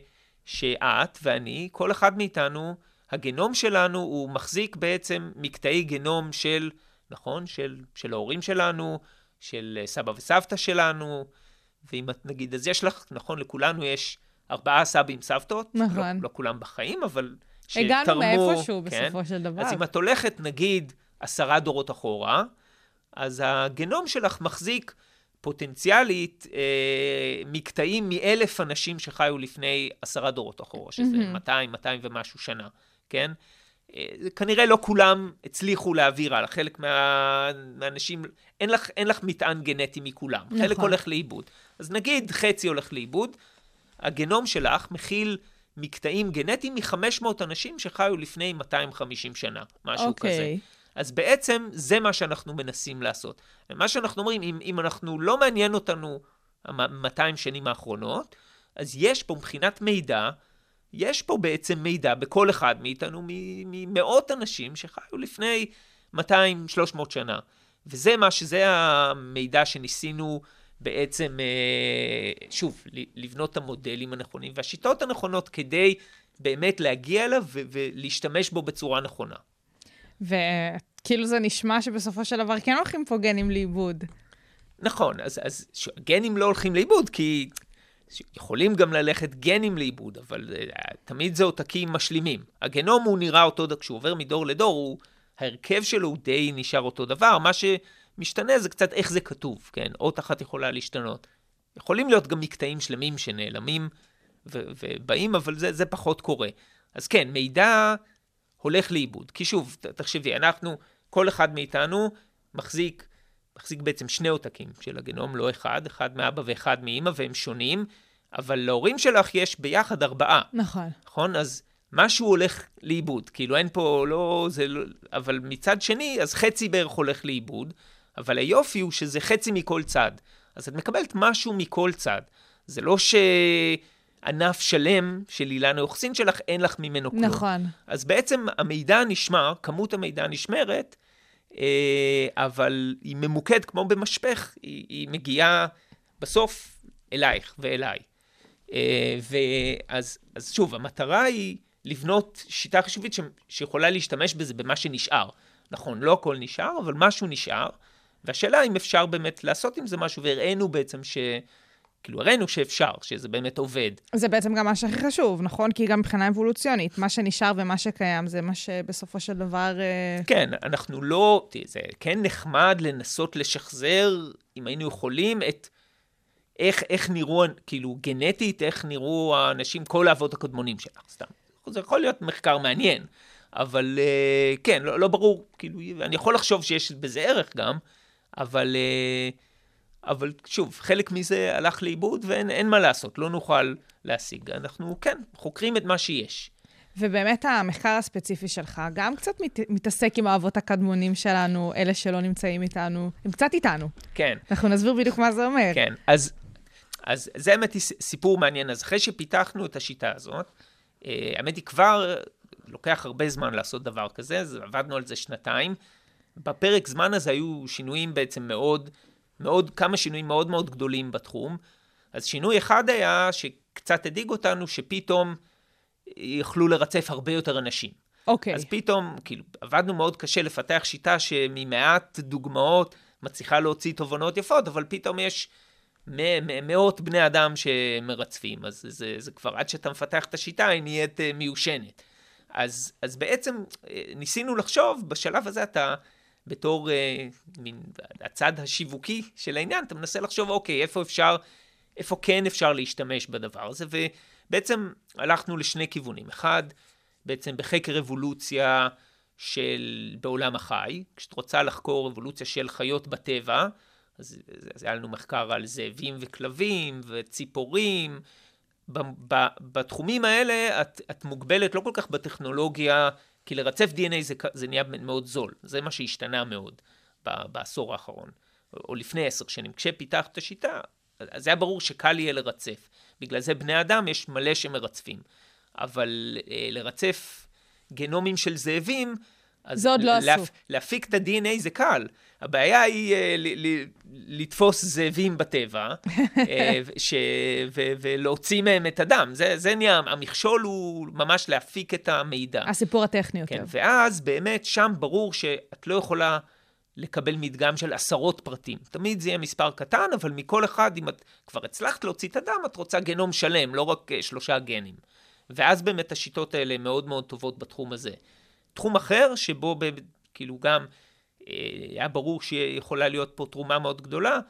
שאת ואני, כל אחד מאיתנו, הגנום שלנו הוא מחזיק בעצם מקטעי גנום של נכון? של, של ההורים שלנו, של סבא וסבתא שלנו, ואם את נגיד, אז יש לך, נכון, לכולנו יש ארבעה סבים סבתות, נכון. לא, לא כולם בחיים, אבל שתרמו, הגענו מאיפשהו כן? בסופו של דבר. אז אם את הולכת, נגיד, עשרה דורות אחורה, אז הגנום שלך מחזיק פוטנציאלית אה, מקטעים מאלף אנשים שחיו לפני עשרה דורות אחורה, שזה mm-hmm. מאתיים, מאתיים ומשהו שנה, כן? אה, כנראה לא כולם הצליחו להעביר הלאה, חלק מה, מהאנשים, אין לך, אין לך מטען גנטי מכולם, נכון. חלק הולך לאיבוד. אז נגיד חצי הולך לאיבוד, הגנום שלך מכיל מקטעים גנטיים מ-חמש מאות אנשים שחיו לפני מאתיים וחמישים שנה, משהו okay. כזה. אז בעצם זה מה שאנחנו מנסים לעשות. מה שאנחנו אומרים, אם, אם אנחנו לא מעניין אותנו מאתיים שנים האחרונות, אז יש פה מבחינת מידע, יש פה בעצם מידע בכל אחד מאיתנו, ממאות אנשים שחיו לפני מאתיים שלוש מאות שנה. וזה מה שזה המידע שניסינו בעצם, שוב, לבנות את המודלים הנכונים והשיטות הנכונות כדי באמת להגיע אליו ולהשתמש בו בצורה נכונה. וכאילו זה נשמע שבסופו של דבר כן הולכים פה גנים לאיבוד. נכון, אז, אז גנים לא הולכים לאיבוד, כי יכולים גם ללכת גנים לאיבוד, אבל תמיד זה עותקים משלימים. הגנום הוא נראה אותו, כשהוא עובר מדור לדור, הוא, ההרכב שלו הוא די נשאר אותו דבר, מה שמשתנה זה קצת איך זה כתוב, כן? אות אחת יכולה להשתנות. יכולים להיות גם מקטעים שלמים שנעלמים ו- ובאים, אבל זה, זה פחות קורה. אז כן, מידע הולך לאיבוד. כי שוב, תחשבי, אנחנו, כל אחד מאיתנו מחזיק, מחזיק בעצם שני עותקים של הגנום, לא אחד, אחד מאבא ואחד מאמא, והם שונים, אבל להורים שלך יש ביחד ארבעה. נכון. נכון? אז משהו הולך לאיבוד. כאילו אין פה, לא, זה לא, אבל מצד שני, אז חצי בערך הולך לאיבוד, אבל היופי הוא שזה חצי מכל צד. אז את מקבלת משהו מכל צד. זה לא ש... ענף שלם של אילנה יוחסין שלך, אין לך ממנו כלום. נכון. אז בעצם המידע נשמר, כמות המידע נשמרת, אבל היא ממוקד כמו במשפך, היא, היא מגיעה בסוף אלייך ואליי. ואז, אז שוב, המטרה היא לבנות שיטה חישובית ש, שיכולה להשתמש בזה במה שנשאר. נכון, לא הכל נשאר, אבל משהו נשאר, והשאלה אם אפשר באמת לעשות עם זה משהו, והראינו בעצם ש... כאילו, הראינו שאפשר, שזה באמת עובד. זה בעצם גם מה שהכי חשוב, נכון? כי גם מבחינה אבולוציונית, מה שנשאר ומה שקיים, זה מה שבסופו של דבר... כן, אנחנו לא... זה כן נחמד לנסות לשחזר, אם היינו יכולים, את איך, איך נראו, כאילו, גנטית, איך נראו האנשים, כל האבות הקודמונים שלך, סתם. זה יכול להיות מחקר מעניין, אבל כן, לא, לא ברור, כאילו, אני יכול לחשוב שיש בזה ערך גם, אבל... אבל שוב, חלק מזה הלך לאיבוד ואין אין מה לעשות, לא נוכל להשיג. אנחנו כן, חוקרים את מה שיש. ובאמת המחקר הספציפי שלך גם קצת מת, מתעסק עם האבות הקדמונים שלנו, אלה שלא נמצאים איתנו, הם קצת איתנו. כן. אנחנו נסביר בדיוק מה זה אומר. כן, אז, אז זה האמת סיפור מעניין. אז אחרי שפיתחנו את השיטה הזאת, האמת היא כבר לוקח הרבה זמן לעשות דבר כזה, אז עבדנו על זה שנתיים. בפרק זמן הזה היו שינויים בעצם מאוד... מאוד, כמה שינויים מאוד מאוד גדולים בתחום. אז שינוי אחד היה שקצת הדאיג אותנו, שפתאום יכלו לרצף הרבה יותר אנשים. אוקיי. אז פתאום, כאילו, עבדנו מאוד קשה לפתח שיטה שממעט דוגמאות מצליחה להוציא תובנות יפות, אבל פתאום יש מאות בני אדם שמרצפים. אז זה, זה כבר עד שאתה מפתח את השיטה, היא נהיית מיושנת. אז, אז בעצם ניסינו לחשוב, בשלב הזה אתה... בתור אה, מין, הצד השיווקי של העניין, אתה מנסה לחשוב, אוקיי, איפה אפשר, איפה כן אפשר להשתמש בדבר הזה, ובעצם הלכנו לשני כיוונים. אחד, בעצם בחקר אבולוציה של, בעולם החי, כשאת רוצה לחקור אבולוציה של חיות בטבע, אז, אז היה לנו מחקר על זאבים וכלבים וציפורים, ב, ב, בתחומים האלה את, את מוגבלת לא כל כך בטכנולוגיה, כי לרצף די אן איי זה, זה נהיה מאוד זול. זה מה שהשתנה מאוד בעשור האחרון, או לפני עשר שנים. כשפיתחת את השיטה, אז זה היה ברור שקל יהיה לרצף. בגלל זה בני אדם יש מלא שמרצפים. אבל אה, לרצף גנומים של זאבים, זה עוד לא להפ... עשו. להפיק את ה-די אן איי זה קל. הבעיה היא אה, ל- ל- לתפוס זאבים בטבע, אה, ש... ו- ולהוציא מהם את הדם. זה, זה נהיה, המכשול הוא ממש להפיק את המידע. הסיפור הטכני יותר. כן, ואז באמת שם ברור שאת לא יכולה לקבל מדגם של עשרות פרטים. תמיד זה יהיה מספר קטן, אבל מכל אחד, אם את כבר הצלחת להוציא את הדם, את רוצה גנום שלם, לא רק שלושה גנים. ואז באמת השיטות האלה מאוד מאוד טובות בתחום הזה. תחום אחר שבו כאילו גם היה ברור שיכולה להיות פה תרומה מאוד גדולה,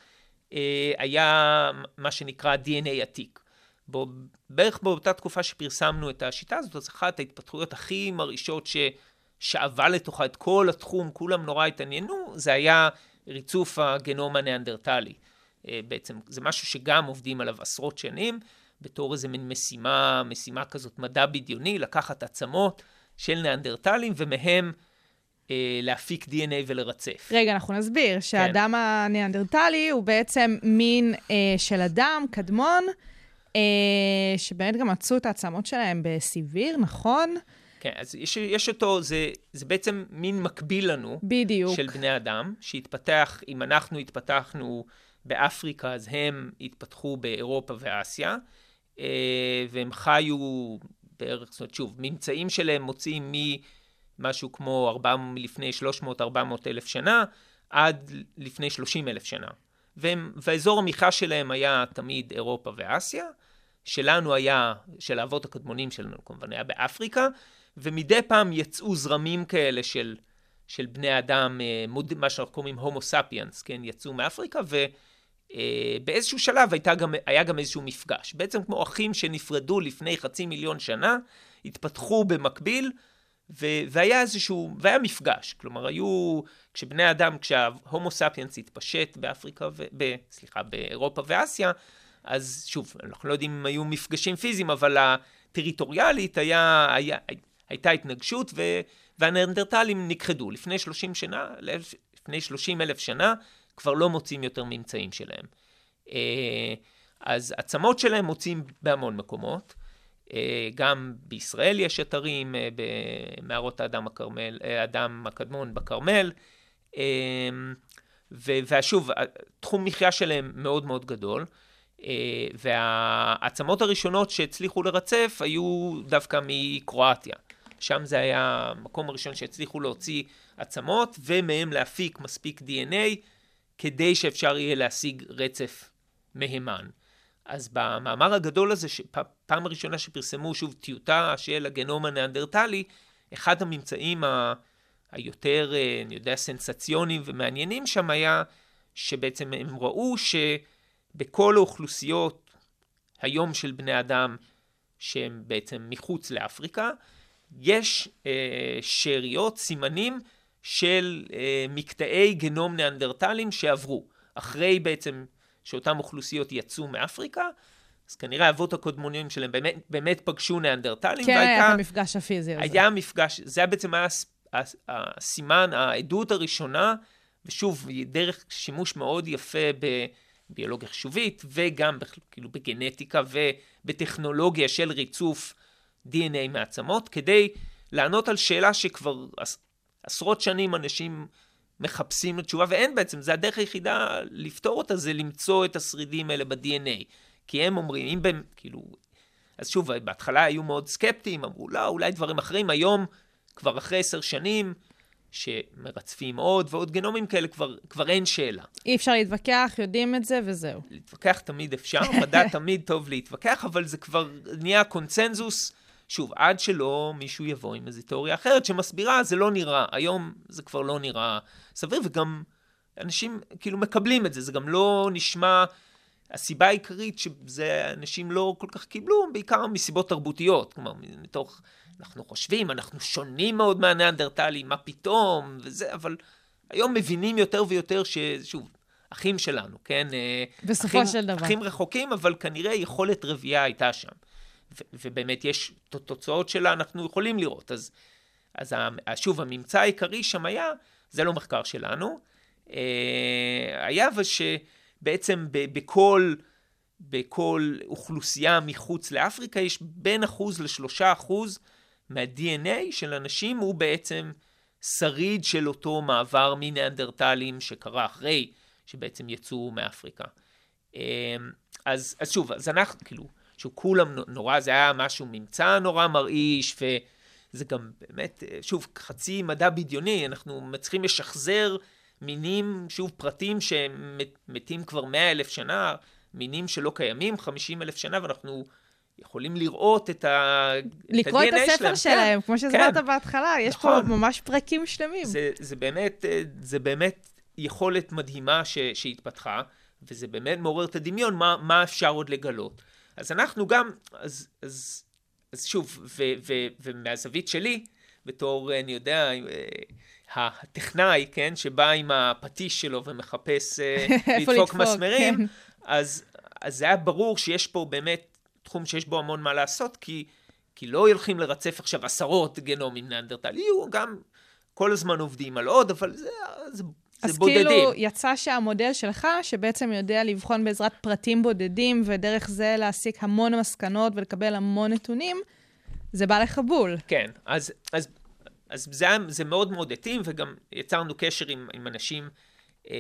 היה מה שנקרא די אן איי עתיק. בו, בערך באותה תקופה שפרסמנו את השיטה הזאת, אז אחת ההתפתחויות הכי מרעישות ששאבה לתוכה את כל התחום, כולם נורא התעניינו, זה היה ריצוף הגנום הניאנדרטלי. בעצם זה משהו שגם עובדים עליו עשרות שנים, בתור איזה מין משימה, משימה כזאת מדע בדיוני, לקחת עצמות של ניאנדרטלים ומהם אה, להפיק די אן איי ולרצף. רגע, אנחנו נסביר שהאדם כן. הניאנדרטלי הוא בעצם מין אה, של אדם קדמון, אה, שבאמת גם מצאו את העצמות שלהם בסיביר, נכון? כן, אז יש, יש אותו, זה, זה בעצם מין מקביל לנו, בדיוק. של בני אדם, שהתפתח, אם אנחנו התפתחנו באפריקה, אז הם התפתחו באירופה ואסיה, והם חיו בערך, זאת אומרת, שוב, ממצאים שלהם מוצאים ממשהו כמו ארבע, מלפני שלוש מאות ארבע מאות אלף שנה, עד לפני שלושים אלף שנה. והם, והאזור המחיה שלהם היה תמיד אירופה ואסיה, שלנו היה, של האבות הקדמונים שלנו, כמובן היה באפריקה, ומדי פעם יצאו זרמים כאלה של, של בני אדם, מה שאנחנו קוראים הומו ספיאנס, כן, יצאו מאפריקה, ו... באיזשהו שלב הייתה גם, היה גם איזשהו מפגש. בעצם כמו אחים שנפרדו לפני חצי מיליון שנה, התפתחו במקביל, ו- והיה איזשהו, והיה מפגש. כלומר, היו, כשבני אדם, כשההומו ספיאנס התפשט באפריקה, ו- ב- סליחה, באירופה ואסיה, אז שוב, אנחנו לא יודעים אם היו מפגשים פיזיים, אבל הטריטוריאלית היה, היה, הייתה התנגשות, ו- והניאנדרטלים נכחדו. לפני שלושים שנה, לפני שלושים אלף שנה, כבר לא מוצאים יותר ממצאים שלהם. אז עצמות שלהם מוצאים בהמון מקומות. גם בישראל יש אתרים, במערות האדם הקרמל, האדם הקדמון בקרמל. ושוב, תחום מחיה שלהם מאוד מאוד גדול. והעצמות הראשונות שהצליחו לרצף היו דווקא מקרואטיה. שם זה היה המקום הראשון שהצליחו להוציא עצמות, ומהם להפיק מספיק די אן איי, כדי שאפשר יהיה להשיג רצף מהימן. אז במאמר הגדול הזה, פעם הראשונה שפרסמו שוב טיוטה של הגנום הניאנדרטלי, אחד הממצאים ה- היותר, אני יודע, סנסציוניים ומעניינים שם היה, שבעצם הם ראו שבכל האוכלוסיות היום של בני אדם, שהם בעצם מחוץ לאפריקה, יש אה, שאריות, סימנים, של אה, מקטעי גנום ניאנדרטלים שעברו. אחרי בעצם שאותם אוכלוסיות יצאו מאפריקה, אז כנראה האבות הקודמונים שלהם באמת, באמת פגשו ניאנדרטלים. כן, היה את המפגש הפיזי הזה. היה המפגש, זה היה בעצם היה הסימן, העדות הראשונה, ושוב, דרך שימוש מאוד יפה בביולוגיה חישובית, וגם כאילו בגנטיקה ובטכנולוגיה של ריצוף די אן איי מעצמות, כדי לענות על שאלה שכבר עשרות שנים אנשים מחפשים לתשובה, ואין בעצם, זה הדרך היחידה לפתור אותה, זה למצוא את השרידים האלה ב-די אן איי. כי הם אומרים, אם בהם, כאילו, אז שוב, בהתחלה היו מאוד סקפטיים, אמרו, לא, אולי דברים אחרים, היום, כבר אחרי עשר שנים, שמרצפים עוד ועוד גנומים כאלה, כבר, כבר אין שאלה. אי אפשר להתווכח, יודעים את זה וזהו. להתווכח תמיד אפשר, מדע תמיד טוב להתווכח, אבל זה כבר נהיה קונצנזוס, שוב, עד שלא מישהו יבוא עם איזו תיאוריה אחרת שמסבירה, זה לא נראה, היום זה כבר לא נראה סביר, וגם אנשים כאילו מקבלים את זה, זה גם לא נשמע, הסיבה העיקרית שזה אנשים לא כל כך קיבלו, בעיקר מסיבות תרבותיות, כלומר, מתוך, אנחנו חושבים, אנחנו שונים מאוד מהניאנדרטלים, מה פתאום, וזה, אבל היום מבינים יותר ויותר ששוב, אחים שלנו, כן? בסופו אחים, של דבר. אחים רחוקים, אבל כנראה יכולת רבייה הייתה שם. ו- ובאמת יש תוצאות שלה, אנחנו יכולים לראות. אז, אז שוב, הממצא העיקרי שם היה, זה לא מחקר שלנו, היה ושבעצם ב- בכל, בכל אוכלוסייה מחוץ לאפריקה, יש בין אחוז לשלושה אחוז מה-די אן איי של אנשים, הוא בעצם שריד של אותו מעבר מניאנדרטלים שקרה אחרי שבעצם יצאו מאפריקה. אז, אז שוב, אז אנחנו, כאילו, שכולם נורא, זה היה משהו, ממצא נורא מרעיש, וזה גם באמת, שוב, חצי מדע בדיוני, אנחנו צריכים לשחזר מינים, שוב, פרטים שמתים כבר מאה אלף שנה, מינים שלא קיימים, חמישים אלף שנה, ואנחנו יכולים לראות את ה... לקרוא את הספר שלהם, כמו שהסברת בהתחלה, יש פה ממש פרקים שלמים. זה באמת, זה באמת יכולת מדהימה שהתפתחה, וזה באמת מעורר את הדמיון, מה, מה אפשר עוד לגלות. אז אנחנו גם, אז, אז, אז שוב, ו, ו, ומהזווית שלי, בתור, אני יודע, הטכנאי, כן, שבא עם הפטיש שלו ומחפש לדפוק מסמרים, כן. אז, אז זה היה ברור שיש פה באמת תחום שיש בו המון מה לעשות, כי, כי לא הולכים לרצף עכשיו עשרות גנומים נאנדרטל, יהיו גם כל הזמן עובדים על עוד, אבל זה, זה, זה אז בודדים. אז כאילו יצא שהמודל שלך, שבעצם יודע לבחון בעזרת פרטים בודדים, ודרך זה להסיק המון מסקנות ולקבל המון נתונים, זה בא לך בול. כן, אז, אז, אז זה, זה מאוד מאוד התאים, וגם יצרנו קשר עם, עם אנשים אה,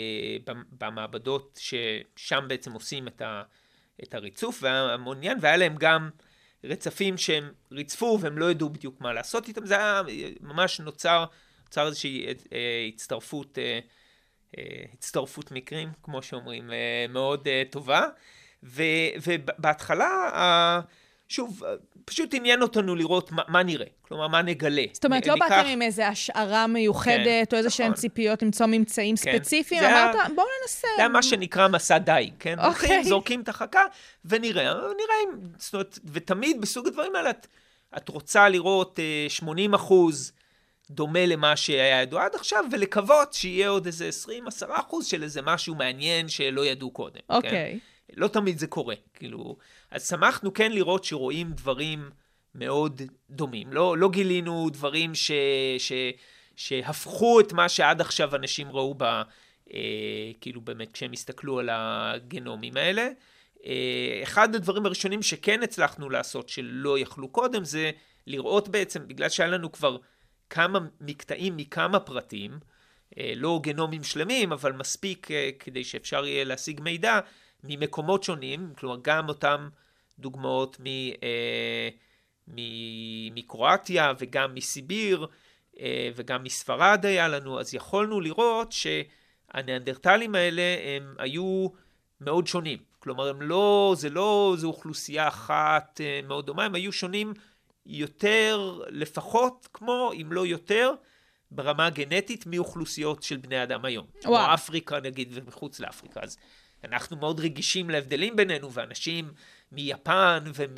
במעבדות, ששם בעצם עושים את, ה, את הריצוף, והמון עניין, והיה להם גם רצפים שהם ריצפו, והם לא ידעו בדיוק מה לעשות איתם, זה היה ממש נוצר, נוצר איזושהי אה, הצטרפות, אה, אה, הצטרפות מקרים, כמו שאומרים, אה, מאוד אה, טובה, ו, ובהתחלה, אה, שוב, פשוט עניין אותנו לראות מה, מה נראה, כלומר, מה נגלה. זאת אומרת, לא באתם עם איזו השערה מיוחדת, או איזה שהן ציפיות למצוא ממצאים ספציפיים, אמרת, בואו ננסה. זה היה מה שנקרא מסע דייג, כן? הולכים, זורקים את החכה, ונראה, נראה אם, זאת אומרת, ותמיד בסוג הדברים האלה, את רוצה לראות שמונים אחוז דומה למה שהיה ידוע עד עכשיו, ולקוות שיהיה עוד איזה עשרים עד עשרה אחוז של איזה משהו מעניין שלא ידעו קודם. אוקיי. לא תמיד זה קורה, כאילו, אז שמחנו כן לראות שרואים דברים מאוד דומים, לא, לא גילינו דברים ש, ש, שהפכו את מה שעד עכשיו אנשים ראו בה, אה, כאילו באמת כשהם הסתכלו על הגנומים האלה. אה, אחד הדברים הראשונים שכן הצלחנו לעשות שלא יכלו קודם, זה לראות בעצם, בגלל שהיה לנו כבר כמה מקטעים מכמה פרטים, אה, לא גנומים שלמים, אבל מספיק אה, כדי שאפשר יהיה להשיג מידע, ממקומות שונים, כלומר גם אותם דוגמאות מ, אה, מ, מקרואטיה וגם מסיביר אה, וגם מספרד היה לנו, אז יכולנו לראות שהניאנדרטלים האלה הם היו מאוד שונים. כלומר, הם לא, זה לא, זו אוכלוסייה אחת אה, מאוד דומה, הם היו שונים יותר לפחות, כמו אם לא יותר, ברמה הגנטית מאוכלוסיות של בני אדם היום. כמו אפריקה נגיד ומחוץ לאפריקה. אז אנחנו מאוד רגישים להבדלים בינינו, ואנשים מיפן ומ,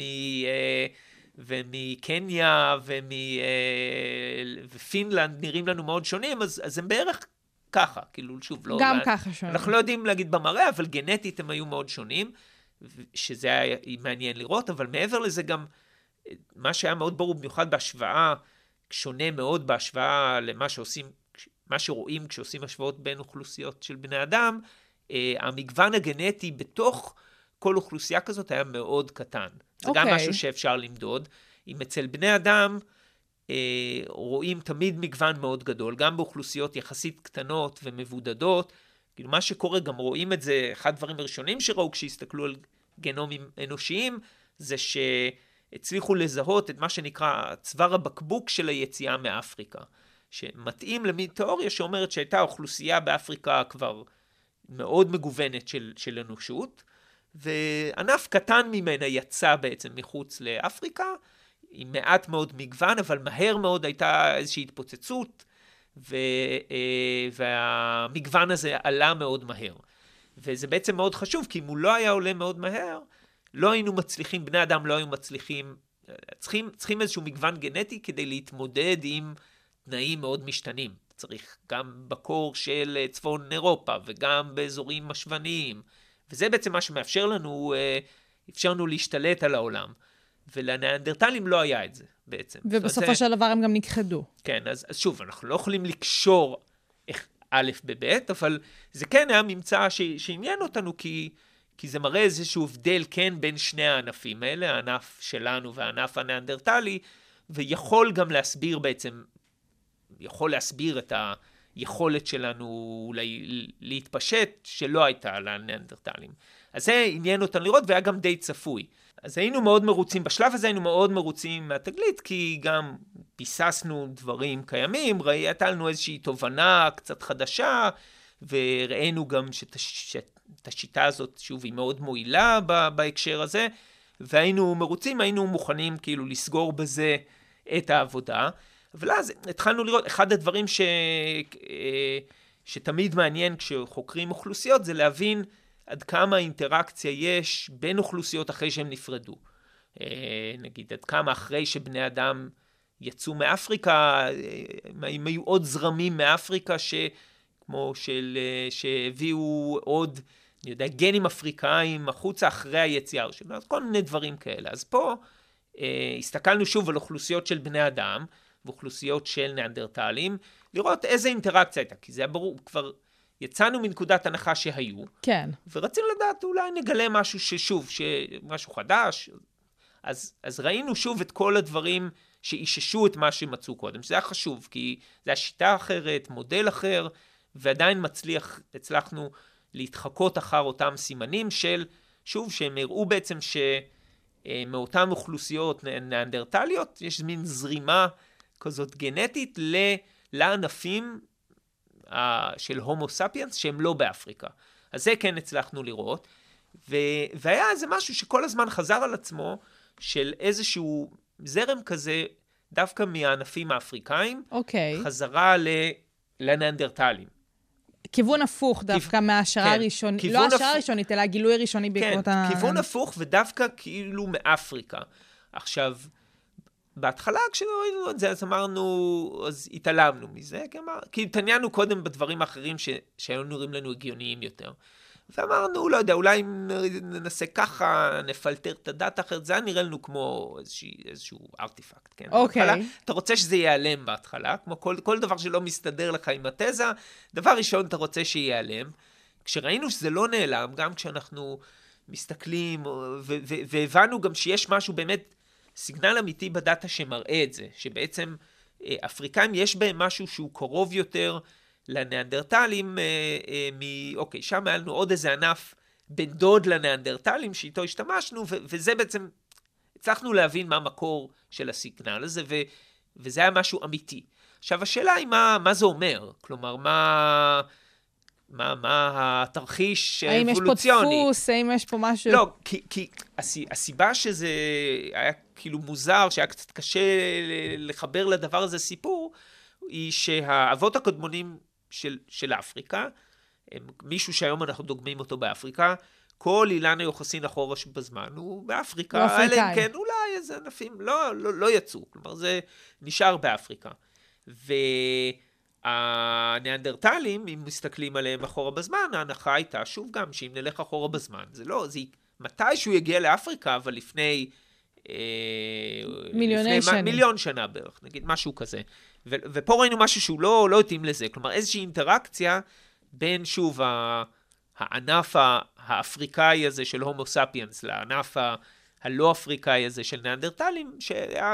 ומקניה ומ, ופינלנד נראים לנו מאוד שונים, אז, אז הם בערך ככה, כאילו שוב, לא... גם לא, ככה שונים. אנחנו לא יודעים להגיד במראה, אבל גנטית הם היו מאוד שונים, שזה היה מעניין לראות, אבל מעבר לזה גם, מה שהיה מאוד ברור, במיוחד בהשוואה, שונה מאוד בהשוואה למה שעושים, מה שרואים כשעושים השוואות בין אוכלוסיות של בני אדם, Uh, המגוון הגנטי בתוך כל אוכלוסייה כזאת היה מאוד קטן. זה okay. גם משהו שאפשר למדוד. אם אצל בני אדם uh, רואים תמיד מגוון מאוד גדול, גם באוכלוסיות יחסית קטנות ומבודדות, כאילו מה שקורה, גם רואים את זה, אחד הדברים הראשונים שראו כשהסתכלו על גנומים אנושיים, זה שהצליחו לזהות את מה שנקרא צוואר הבקבוק של היציאה מאפריקה, שמתאים למין תיאוריה שאומרת שהייתה אוכלוסייה באפריקה כבר מאוד מגוונת של, של אנושות, וענף קטן ממנה יצא בעצם מחוץ לאפריקה, עם מעט מאוד מגוון, אבל מהר מאוד הייתה איזושהי התפוצצות, ו, והמגוון הזה עלה מאוד מהר. וזה בעצם מאוד חשוב, כי אם הוא לא היה עולה מאוד מהר, לא היינו מצליחים, בני אדם לא היו מצליחים, צריכים, צריכים איזשהו מגוון גנטי כדי להתמודד עם תנאים מאוד משתנים. צריך גם בקור של צפון אירופה וגם באזורים משווניים. וזה בעצם מה שמאפשר לנו, אפשר לנו להשתלט על העולם. ולניאנדרטלים לא היה את זה בעצם. ובסופו של דבר הם גם נכחדו. כן, אז, אז שוב, אנחנו לא יכולים לקשור א' בב', אבל זה כן היה ממצא ש, שעניין אותנו, כי, כי זה מראה איזשהו הבדל כן בין שני הענפים האלה, הענף שלנו והענף הניאנדרטלי, ויכול גם להסביר בעצם, יכול להסביר את היכולת שלנו להתפשט שלא הייתה לניאנדרטלים. אז זה עניין אותנו לראות, והיה גם די צפוי. אז היינו מאוד מרוצים, בשלב הזה היינו מאוד מרוצים מהתגלית, כי גם פיססנו דברים קיימים, הייתה לנו איזושהי תובנה קצת חדשה, וראינו גם שאת, שאת השיטה הזאת, שוב, היא מאוד מועילה בהקשר הזה, והיינו מרוצים, היינו מוכנים כאילו לסגור בזה את העבודה, אבל אז התחלנו לראות, אחד הדברים ש... שתמיד מעניין כשחוקרים אוכלוסיות, זה להבין עד כמה אינטראקציה יש בין אוכלוסיות אחרי שהם נפרדו. נגיד, עד כמה אחרי שבני אדם יצאו מאפריקה, אם היו עוד זרמים מאפריקה ש, כמו של, שהביאו עוד, אני יודע, גנים אפריקאים החוצה אחרי היציאה שלנו, אז כל מיני דברים כאלה. אז פה הסתכלנו שוב על אוכלוסיות של בני אדם, ואוכלוסיות של ניאנדרטלים, לראות איזה אינטראקציה הייתה, כי זה היה ברור, כבר יצאנו מנקודת הנחה שהיו, כן. ורצינו לדעת, אולי נגלה משהו ששוב, משהו חדש, אז, אז ראינו שוב את כל הדברים שאיששו את מה שמצאו קודם, שזה היה חשוב, כי זה היה שיטה אחרת, מודל אחר, ועדיין מצליח, הצלחנו להתחקות אחר אותם סימנים של, שוב, שהם הראו בעצם שמאותן אוכלוסיות ניאנדרטליות, יש מין זרימה כזאת גנטית לענפים של הומו ספיאנס שהם לא באפריקה. אז זה כן הצלחנו לראות, והיה איזה משהו שכל הזמן חזר על עצמו, של איזשהו זרם כזה, דווקא מהענפים האפריקאים, אוקיי. חזרה לניאנדרטלים. כיוון הפוך דווקא מההשערה הראשונית, לא ההשערה הראשונית, אלא הגילוי הראשוני בעקבות ה... כן, כיוון הפוך ודווקא כאילו מאפריקה. עכשיו, בהתחלה כשראינו את זה, אז אמרנו, אז התעלמנו מזה, כי התעניינו קודם בדברים האחרים שהיו נראים לנו הגיוניים יותר. ואמרנו, לא יודע, אולי ננסה ככה, נפלטר את הדאטה אחרת, זה היה נראה לנו כמו איזשהו ארטיפקט, כן? אוקיי. אתה רוצה שזה ייעלם בהתחלה, כמו כל, כל דבר שלא מסתדר לך עם התזה, דבר ראשון אתה רוצה שייעלם. כשראינו שזה לא נעלם, גם כשאנחנו מסתכלים, והבנו גם שיש משהו באמת, סיגנל אמיתי בדאטה שמראה את זה, שבעצם אפריקאים יש בהם משהו שהוא קרוב יותר לניאנדרטלים, אה, אה, מ... אוקיי, שם היה לנו עוד איזה ענף בן דוד לניאנדרטלים שאיתו השתמשנו, ו- וזה בעצם, הצלחנו להבין מה המקור של הסיגנל הזה, ו- וזה היה משהו אמיתי. עכשיו, השאלה היא מה, מה זה אומר? כלומר, מה, מה, מה התרחיש האם האבולוציוני? האם יש פה דפוס? האם יש פה משהו? לא, כי, כי הסיבה שזה היה כאילו מוזר, שהיה קצת קשה לחבר לדבר הזה סיפור, היא שהאבות הקדמונים של, של אפריקה, הם מישהו שהיום אנחנו דוגמים אותו באפריקה, כל אילן היוחסין אחורה בזמן הוא באפריקה, הוא אפריקאי. אלה כן, אולי איזה ענפים לא, לא, לא יצאו, כלומר זה נשאר באפריקה. והניאנדרטלים, אם מסתכלים עליהם אחורה בזמן, ההנחה הייתה שוב גם שאם נלך אחורה בזמן, זה לא, זה מתי שהוא יגיע לאפריקה, אבל לפני, מיליוני לפני שנים. מיליון שנה בערך, נגיד משהו כזה. ו- ופה ראינו משהו שהוא לא, לא התאים לזה, כלומר איזושהי אינטראקציה בין שוב ה- הענף האפריקאי הזה של הומו ספיאנס לענף ה- הלא אפריקאי הזה של ניאנדרטלים, שהיה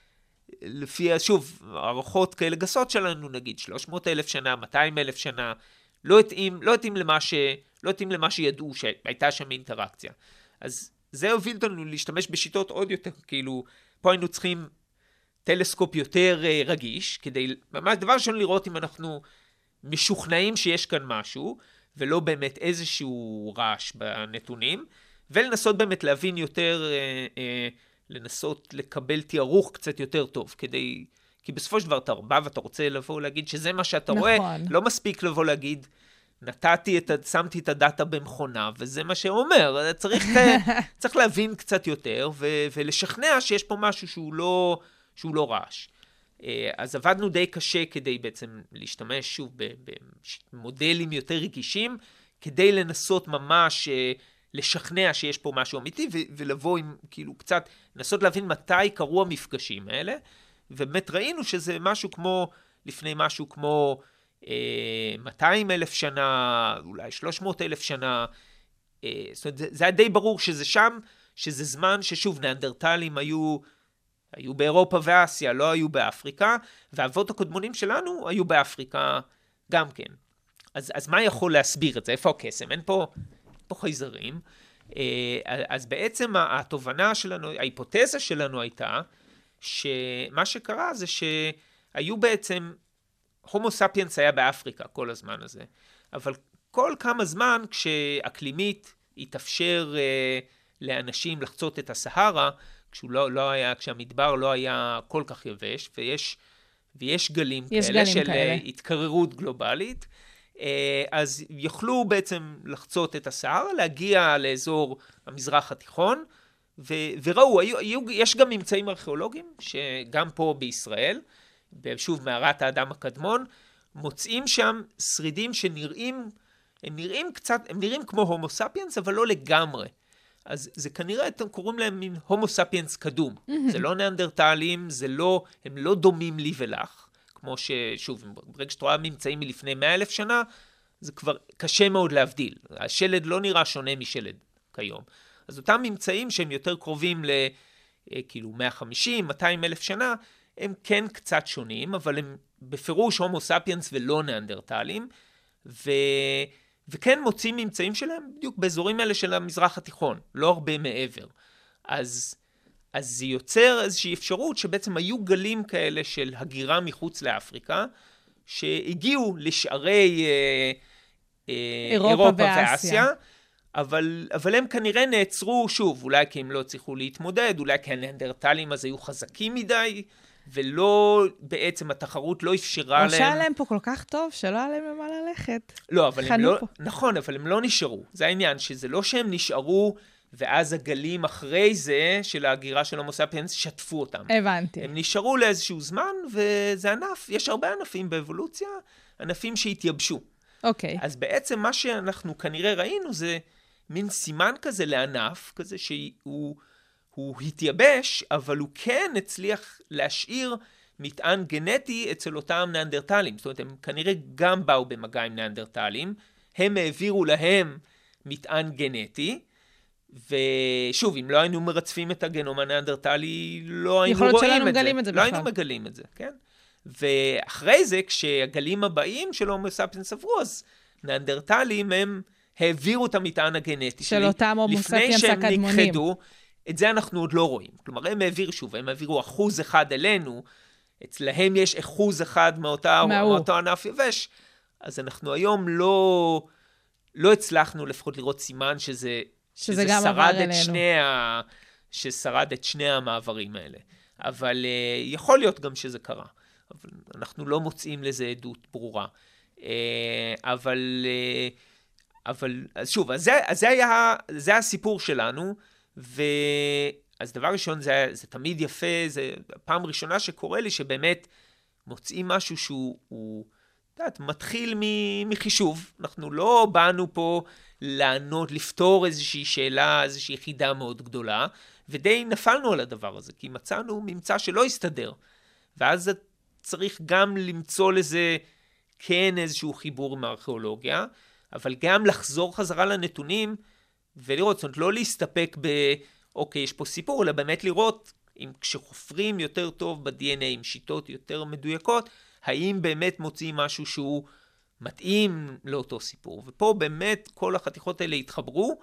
לפי, שוב, הערכות כאלה גסות שלנו, נגיד שלוש מאות אלף שנה, מאתיים אלף שנה, לא התאים, לא התאים למה ש, לא התאים למה שידעו שהייתה שם אינטראקציה. אז זה הוביל אותנו להשתמש בשיטות עוד יותר, כאילו, פה היינו צריכים טלסקופ יותר uh, רגיש, כדי ממש דבר ראשון לראות אם אנחנו משוכנעים שיש כאן משהו, ולא באמת איזשהו רעש בנתונים, ולנסות באמת להבין יותר, uh, uh, לנסות לקבל תיארוך קצת יותר טוב, כדי, כי בסופו של דבר אתה בא ואתה רוצה לבוא ולהגיד שזה מה שאתה נכון. רואה, לא מספיק לבוא להגיד, נתתי את, שמתי את הדאטה במכונה, וזה מה שאומר, צריך, צריך להבין קצת יותר, ו, ולשכנע שיש פה משהו שהוא לא, שהוא לא רעש. אז עבדנו די קשה כדי בעצם להשתמש שוב במודלים יותר רגישים, כדי לנסות ממש לשכנע שיש פה משהו אמיתי, ו, ולבוא עם כאילו קצת, לנסות להבין מתי קרו המפגשים האלה, ובאמת ראינו שזה משהו כמו, לפני משהו כמו, מאתיים אלף שנה, אולי שלוש מאות אלף שנה, זאת אומרת, זה, זה היה די ברור שזה שם, שזה זמן ששוב ניאנדרטלים היו, היו באירופה ואסיה, לא היו באפריקה, והאבות הקודמונים שלנו היו באפריקה גם כן. אז, אז מה יכול להסביר את זה? איפה הקסם? אין פה, פה חייזרים. אז בעצם התובנה שלנו, ההיפותזה שלנו הייתה, שמה שקרה זה שהיו בעצם, הומו ספיאנס היה באפריקה כל הזמן הזה, אבל כל כמה זמן כשאקלימית התאפשר אה, לאנשים לחצות את הסהרה, כשהוא לא, לא היה, כשהמדבר לא היה כל כך יבש, ויש, ויש גלים כאלה גלים של כאלה. התקררות גלובלית, אז יוכלו בעצם לחצות את הסהרה, להגיע לאזור המזרח התיכון, ו- וראו, היו, היו, יש גם ממצאים ארכיאולוגיים, שגם פה בישראל, שוב מערת האדם הקדמון, מוצאים שם שרידים שנראים, הם נראים קצת, הם נראים כמו הומו ספיאנס, אבל לא לגמרי. אז זה כנראה, אתם קוראים להם מין הומו ספיאנס קדום. Mm-hmm. זה לא ניאנדרטלים, זה לא, הם לא דומים לי ולך, כמו ששוב, ברגע שאתה רואה ממצאים מלפני מאה אלף שנה, זה כבר קשה מאוד להבדיל. השלד לא נראה שונה משלד כיום. אז אותם ממצאים שהם יותר קרובים ל, כאילו, מאה וחמישים, מאתיים אלף שנה, הם כן קצת שונים, אבל הם בפירוש הומו ספיאנס ולא ניאנדרטלים, ו... וכן מוצאים ממצאים שלהם בדיוק באזורים האלה של המזרח התיכון, לא הרבה מעבר. אז, אז זה יוצר איזושהי אפשרות שבעצם היו גלים כאלה של הגירה מחוץ לאפריקה, שהגיעו לשערי אה, אה, אירופה, אירופה ואסיה, ואסיה אבל, אבל הם כנראה נעצרו שוב, אולי כי הם לא צריכו להתמודד, אולי כי הניאנדרטלים אז היו חזקים מדי, ולא, בעצם התחרות לא אפשרה להם. או שהיה להם פה כל כך טוב, שלא היה להם למה ללכת. לא, אבל הם לא, נכון, אבל הם לא נשארו. זה העניין, שזה לא שהם נשארו, ואז הגלים אחרי זה, של ההגירה של הומו ספיאנס, שטפו אותם. הבנתי. הם נשארו לאיזשהו זמן, וזה ענף, יש הרבה ענפים באבולוציה, ענפים שהתייבשו. אוקיי. אז בעצם מה שאנחנו כנראה ראינו, זה מין סימן כזה לענף, כזה שהוא... הוא התייבש, אבל הוא כן הצליח להשאיר מטען גנטי אצל אותם ניאנדרטלים. זאת אומרת, הם כנראה גם באו במגע עם ניאנדרטלים, הם העבירו להם מטען גנטי, ושוב, אם לא היינו מרצפים את הגנום הניאנדרטלי, לא היינו רואים את זה. את זה לא היינו מגלים את זה, כן? ואחרי זה, כשהגלים הבאים של הומו ספיאנס עברו, אז ניאנדרטלים הם העבירו את המטען הגנטי של אותם הומו ספיאנס הקדמונים. לפני שהם נכחדו, את זה אנחנו עוד לא רואים. כלומר, הם העבירו שוב, הם העבירו אחוז אחד אלינו, אצלהם יש אחוז אחד מאותה, מאותו ענף יבש, אז אנחנו היום לא, לא הצלחנו לפחות לראות סימן שזה, שזה, שזה שרד את שני ה, ששרד את שני המעברים האלה. אבל uh, יכול להיות גם שזה קרה. אבל אנחנו לא מוצאים לזה עדות ברורה. Uh, אבל, uh, אבל, אז שוב, אז זה, אז זה היה, זה הסיפור שלנו, ואז דבר ראשון, זה, זה תמיד יפה, זה פעם ראשונה שקורה לי שבאמת מוצאים משהו שהוא, הוא, יודעת, מתחיל מחישוב. אנחנו לא באנו פה לענות, לפתור איזושהי שאלה, איזושהי חידה מאוד גדולה, ודי נפלנו על הדבר הזה, כי מצאנו ממצא שלא הסתדר. ואז צריך גם למצוא לזה כן איזשהו חיבור עם הארכיאולוגיה, אבל גם לחזור חזרה לנתונים, ולראות, זאת אומרת, לא להסתפק ב, אוקיי, יש פה סיפור, אלא באמת לראות, אם כשחופרים יותר טוב ב-די אן איי, עם שיטות יותר מדויקות, האם באמת מוצאים משהו שהוא מתאים לאותו סיפור. ופה באמת כל החתיכות האלה התחברו,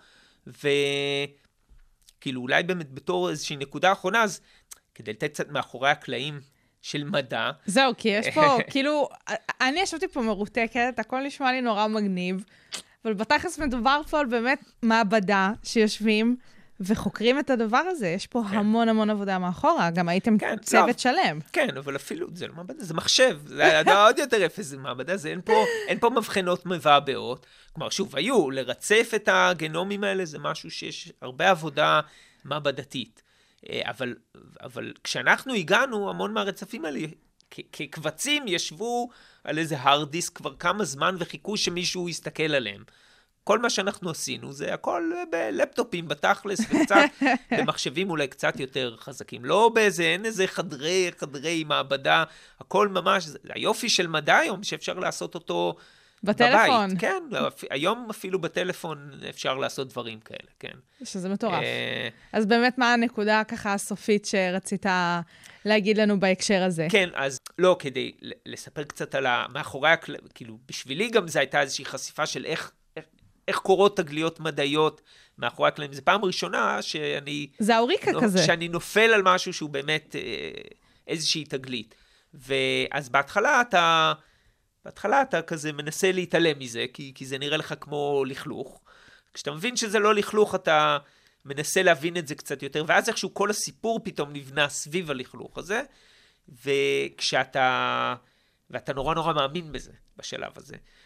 וכאילו אולי באמת בתור איזושהי נקודה האחרונה, אז כדי לתת קצת מאחורי הקלעים של מדע. זהו, כי יש פה, כאילו, אני ישבתי פה מרותקת, הכל נשמע לי נורא מגניב, אבל בתכלס מדובר פה על באמת מעבדה שיושבים וחוקרים את הדבר הזה. יש פה כן. המון המון עבודה מאחורה. גם הייתם כן, צוות לא, שלם. כן, אבל אפילו זה לא מעבדה, זה מחשב. זה עוד יותר יפה, זה מעבדה. זה אין פה, אין פה מבחנות מבעבעות. כלומר, שוב, היו, לרצף את הגנומים האלה, זה משהו שיש הרבה עבודה מעבדתית. אבל, אבל כשאנחנו הגענו, המון מהרצפים האלה, כ- כקבצים ישבו על איזה hard disk כבר כמה זמן וחיכו שמישהו יסתכל עליהם. כל מה שאנחנו עשינו זה הכל בלפטופים, בתכלס, וקצת במחשבים אולי קצת יותר חזקים. לא באיזה, אין איזה חדרי, חדרי מעבדה, הכל ממש, היופי של מדע היום שאפשר לעשות אותו בטלפון. בבית. כן, היום אפילו בטלפון אפשר לעשות דברים כאלה, כן. שזה מטורף. אז באמת מה הנקודה ככה הסופית שרצית להגיד לנו בהקשר הזה? כן, אז לא, כדי לספר קצת על מאחורי, כאילו, בשבילי גם זה הייתה איזושהי חשיפה של איך, איך קורות תגליות מדעיות מאחורי הקלעים. זו פעם ראשונה שאני... זה האוריקה כזה. שאני נופל על משהו שהוא באמת איזושהי תגלית. ואז בהתחלה אתה... בהתחלה אתה כזה מנסה להתעלם מזה, כי, כי זה נראה לך כמו לכלוך. כשאתה מבין שזה לא לכלוך, אתה מנסה להבין את זה קצת יותר, ואז איכשהו כל הסיפור פתאום נבנה סביב הלכלוך הזה, וכשאתה... ואתה נורא נורא מאמין בזה, בשלב הזה.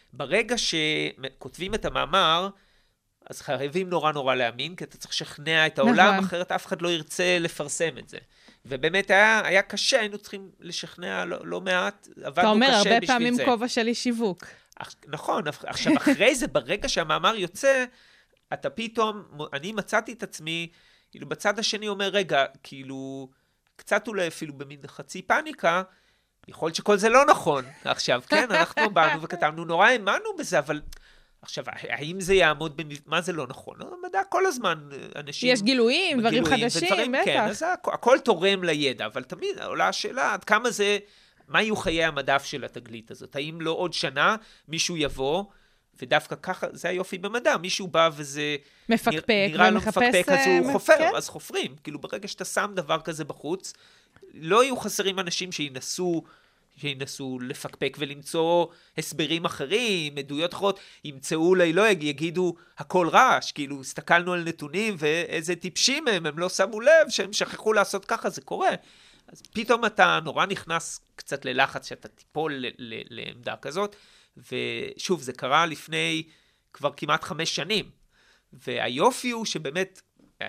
ברגע שכותבים את המאמר, אז חייבים נורא נורא להאמין, כי אתה צריך לשכנע את העולם, נכון. אחרת אף אחד לא ירצה לפרסם את זה. ובאמת היה, היה קשה, היינו צריכים לשכנע לא, לא מעט, עבדנו קשה בשביל זה. אתה אומר, הרבה פעמים כובע שלי שיווק. נכון, עכשיו אחרי זה, ברגע שהמאמר יוצא, אתה פתאום, אני מצאתי את עצמי, כאילו בצד השני אומר, רגע, כאילו, קצת אולי אפילו במין חצי פאניקה, יכול להיות שכל זה לא נכון. עכשיו, כן, אנחנו באנו וכתבנו, נורא האמנו בזה, אבל עכשיו, האם זה יעמוד, מה זה לא נכון? המדע כל הזמן, אנשים... יש גילויים, דברים חדשים, בטח. כן, אז הכל תורם לידע, אבל תמיד עולה השאלה, עד כמה זה, מה יהיו חיי המדף של התגלית הזאת? האם לא עוד שנה מישהו יבוא, ודווקא ככה, זה היופי במדע, מישהו בא וזה... מפקפק, נראה לו מפקפק, אז הוא חופר, אז חופרים. כאילו, ברגע שאתה שם דבר כזה בחוץ, לא יהיו חסרים אנשים שינסו... שינסו לפקפק ולמצוא הסברים אחרים, עדויות אחרות, ימצאו אולי לא יגידו הכל רעש, כאילו הסתכלנו על נתונים ואיזה טיפשים הם, הם לא שמו לב שהם שכחו לעשות ככה, זה קורה. אז פתאום אתה נורא נכנס קצת ללחץ שאתה תיפול ל- ל- לעמדה כזאת, ושוב, זה קרה לפני כבר כמעט חמש שנים, והיופי הוא שבאמת,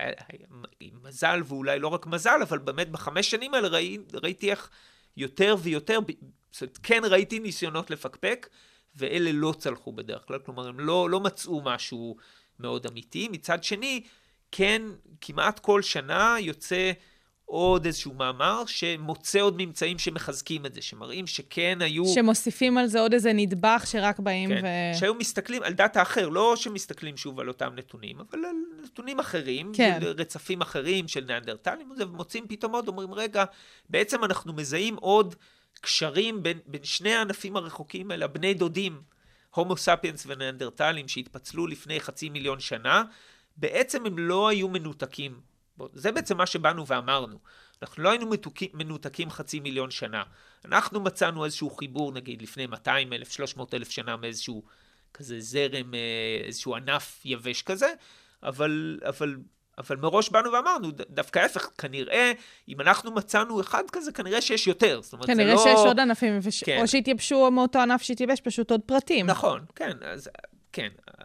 עם מזל ואולי לא רק מזל, אבל באמת בחמש שנים האלה ראי, ראיתי איך יותר ויותר, זאת אומרת, כן ראיתי ניסיונות לפקפק, ואלה לא צלחו בדרך כלל, כלומר, הם לא, לא מצאו משהו מאוד אמיתי. מצד שני, כן, כמעט כל שנה יוצא עוד איזשהו מאמר, שמוצא עוד ממצאים שמחזקים את זה, שמראים שכן היו... שמוסיפים על זה עוד איזה נדבך שרק באים כן, ו... שהיו מסתכלים על דאטה אחר, לא שמסתכלים שוב על אותם נתונים, אבל על נתונים אחרים, כן. רצפים אחרים של ניאנדרטלים, ומוצאים פתאום עוד, אומרים, רגע, בעצם אנחנו מזהים עוד קשרים בין, בין שני הענפים הרחוקים האלה, בני דודים, הומו ספיאנס וניאנדרטלים, שהתפצלו לפני חצי מיליון שנה, בעצם הם לא היו מנותקים. זה בעצם מה שבאנו ואמרנו. אנחנו לא היינו מנותקים, מנותקים חצי מיליון שנה. אנחנו מצאנו איזשהו חיבור, נגיד, לפני מאתיים אלף, שלוש מאות אלף שנה, מאיזשהו כזה זרם, איזשהו ענף יבש כזה, אבל, אבל, אבל מראש באנו ואמרנו, דווקא ההפך, כנראה, אם אנחנו מצאנו אחד כזה, כנראה שיש יותר. זאת אומרת, כנראה זה שיש לא... עוד ענפים, וש... כן. או שהתייבשו מאותו ענף שהתייבש, פשוט עוד פרטים. נכון, כן, אז, כן,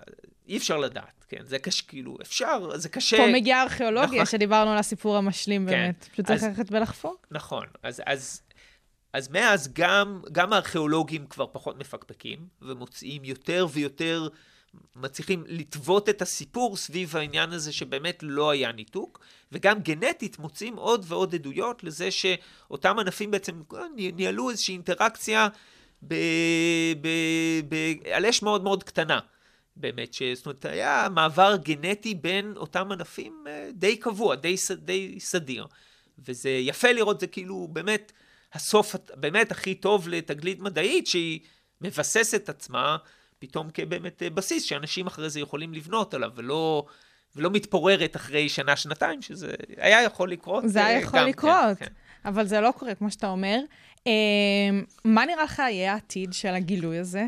אי אפשר לדעת. כן, זה קשה, כאילו, אפשר, זה קשה... פה מגיעה ארכיאולוגיה, נכון. שדיברנו על הסיפור המשלים כן. באמת. פשוט צריך ללכת ולחפור. נכון, אז, אז, אז מאז גם, גם הארכיאולוגים כבר פחות מפקפקים, ומוצאים יותר ויותר, מצליחים לטוות את הסיפור סביב העניין הזה שבאמת לא היה ניתוק, וגם גנטית מוצאים עוד ועוד עדויות לזה שאותם ענפים בעצם ניהלו איזושהי אינטראקציה ב, ב, ב, על אש מאוד מאוד קטנה. באמת, זאת אומרת, היה מעבר גנטי בין אותם ענפים די קבוע, די, די סדיר. וזה יפה לראות, זה כאילו באמת הסוף, באמת הכי טוב לתגלית מדעית, שהיא מבססת עצמה פתאום כבאמת בסיס, שאנשים אחרי זה יכולים לבנות עליו, ולא, ולא מתפוררת אחרי שנה, שנתיים, שזה היה יכול לקרות. זה היה יכול גם, לקרות, כן, כן. אבל זה לא קורה, כמו שאתה אומר. מה נראה לך יהיה העתיד של הגילוי הזה?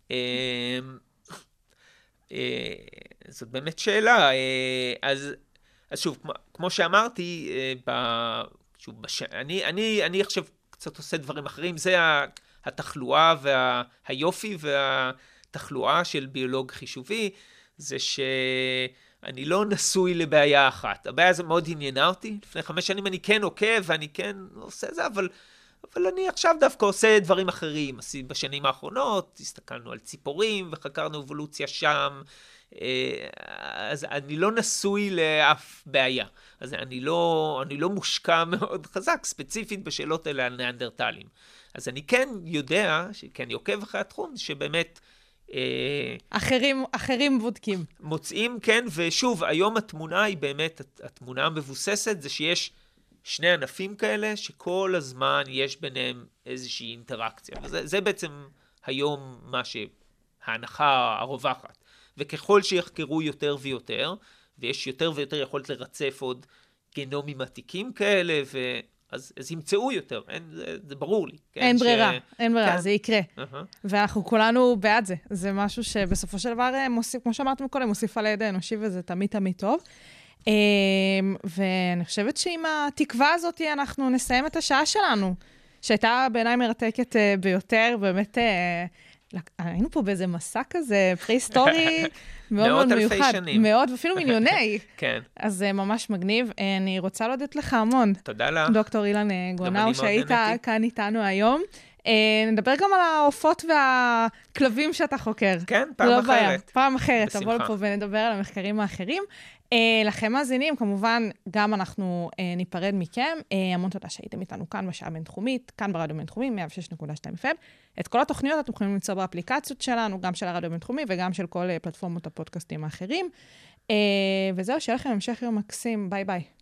זאת באמת שאלה. אז, אז שוב, כמו שאמרתי, שוב, בש... אני, אני, אני עכשיו קצת עושה דברים אחרים, זה התחלואה והיופי והתחלואה של ביולוג חישובי, זה שאני לא נשוי לבעיה אחת. הבעיה הזו מאוד עניינה אותי. לפני חמש שנים אני כן עוקב ואני כן עושה זה, אבל... אבל אני עכשיו דווקא עושה דברים אחרים. בשנים האחרונות הסתכלנו על ציפורים וחקרנו אבולוציה שם, אז אני לא נשוי לאף בעיה. אז אני לא, אני לא מושקע מאוד חזק, ספציפית בשאלות האלה על ניאנדרטלים. אז אני כן יודע, כי אני עוקב אחרי התחום, שבאמת... אחרים, אחרים בודקים. מוצאים, כן, ושוב, היום התמונה היא באמת, התמונה המבוססת זה שיש שני ענפים כאלה, שכל הזמן יש ביניהם איזושהי אינטראקציה. וזה, זה בעצם היום מה שההנחה הרווחת. וככל שיחקרו יותר ויותר, ויש יותר ויותר יכולת לרצף עוד גנומים עתיקים כאלה, ואז אז ימצאו יותר, אין, זה, זה ברור לי. כן, אין ש... ברירה, אין ברירה, כן. זה יקרה. Uh-huh. ואנחנו כולנו בעד זה. זה משהו שבסופו של דבר מוסיף, כמו שאמרתם קודם, מוסיף על הידע האנושי, וזה תמיד תמיד טוב. ואני חושבת שעם התקווה הזאת אנחנו נסיים את השעה שלנו, שהייתה בעיניי מרתקת ביותר, באמת היינו פה באיזה מסע כזה, פרה-היסטורי, מאוד מאוד מיוחד. מאות אלפי שנים. מאות, ואפילו מיליוני. כן. אז זה ממש מגניב. אני רוצה להודות לך המון. תודה לך. דוקטור אילן גונאו, שהיית כאן איתנו היום. נדבר גם על העופות והכלבים שאתה חוקר. כן, פעם אחרת. פעם אחרת, בשמחה. תבוא לפה ונדבר על המחקרים האחרים. לכם מאזינים, כמובן, גם אנחנו ניפרד מכם. המון תודה שהייתם איתנו כאן בשעה בינתחומית, כאן ברדיו בינתחומי, מאה ושש נקודה שתיים אף אם. את כל התוכניות אתם יכולים למצוא באפליקציות שלנו, גם של הרדיו בינתחומי וגם של כל פלטפורמות הפודקאסטים האחרים. וזהו, שיהיה לכם המשך יום מקסים. ביי ביי.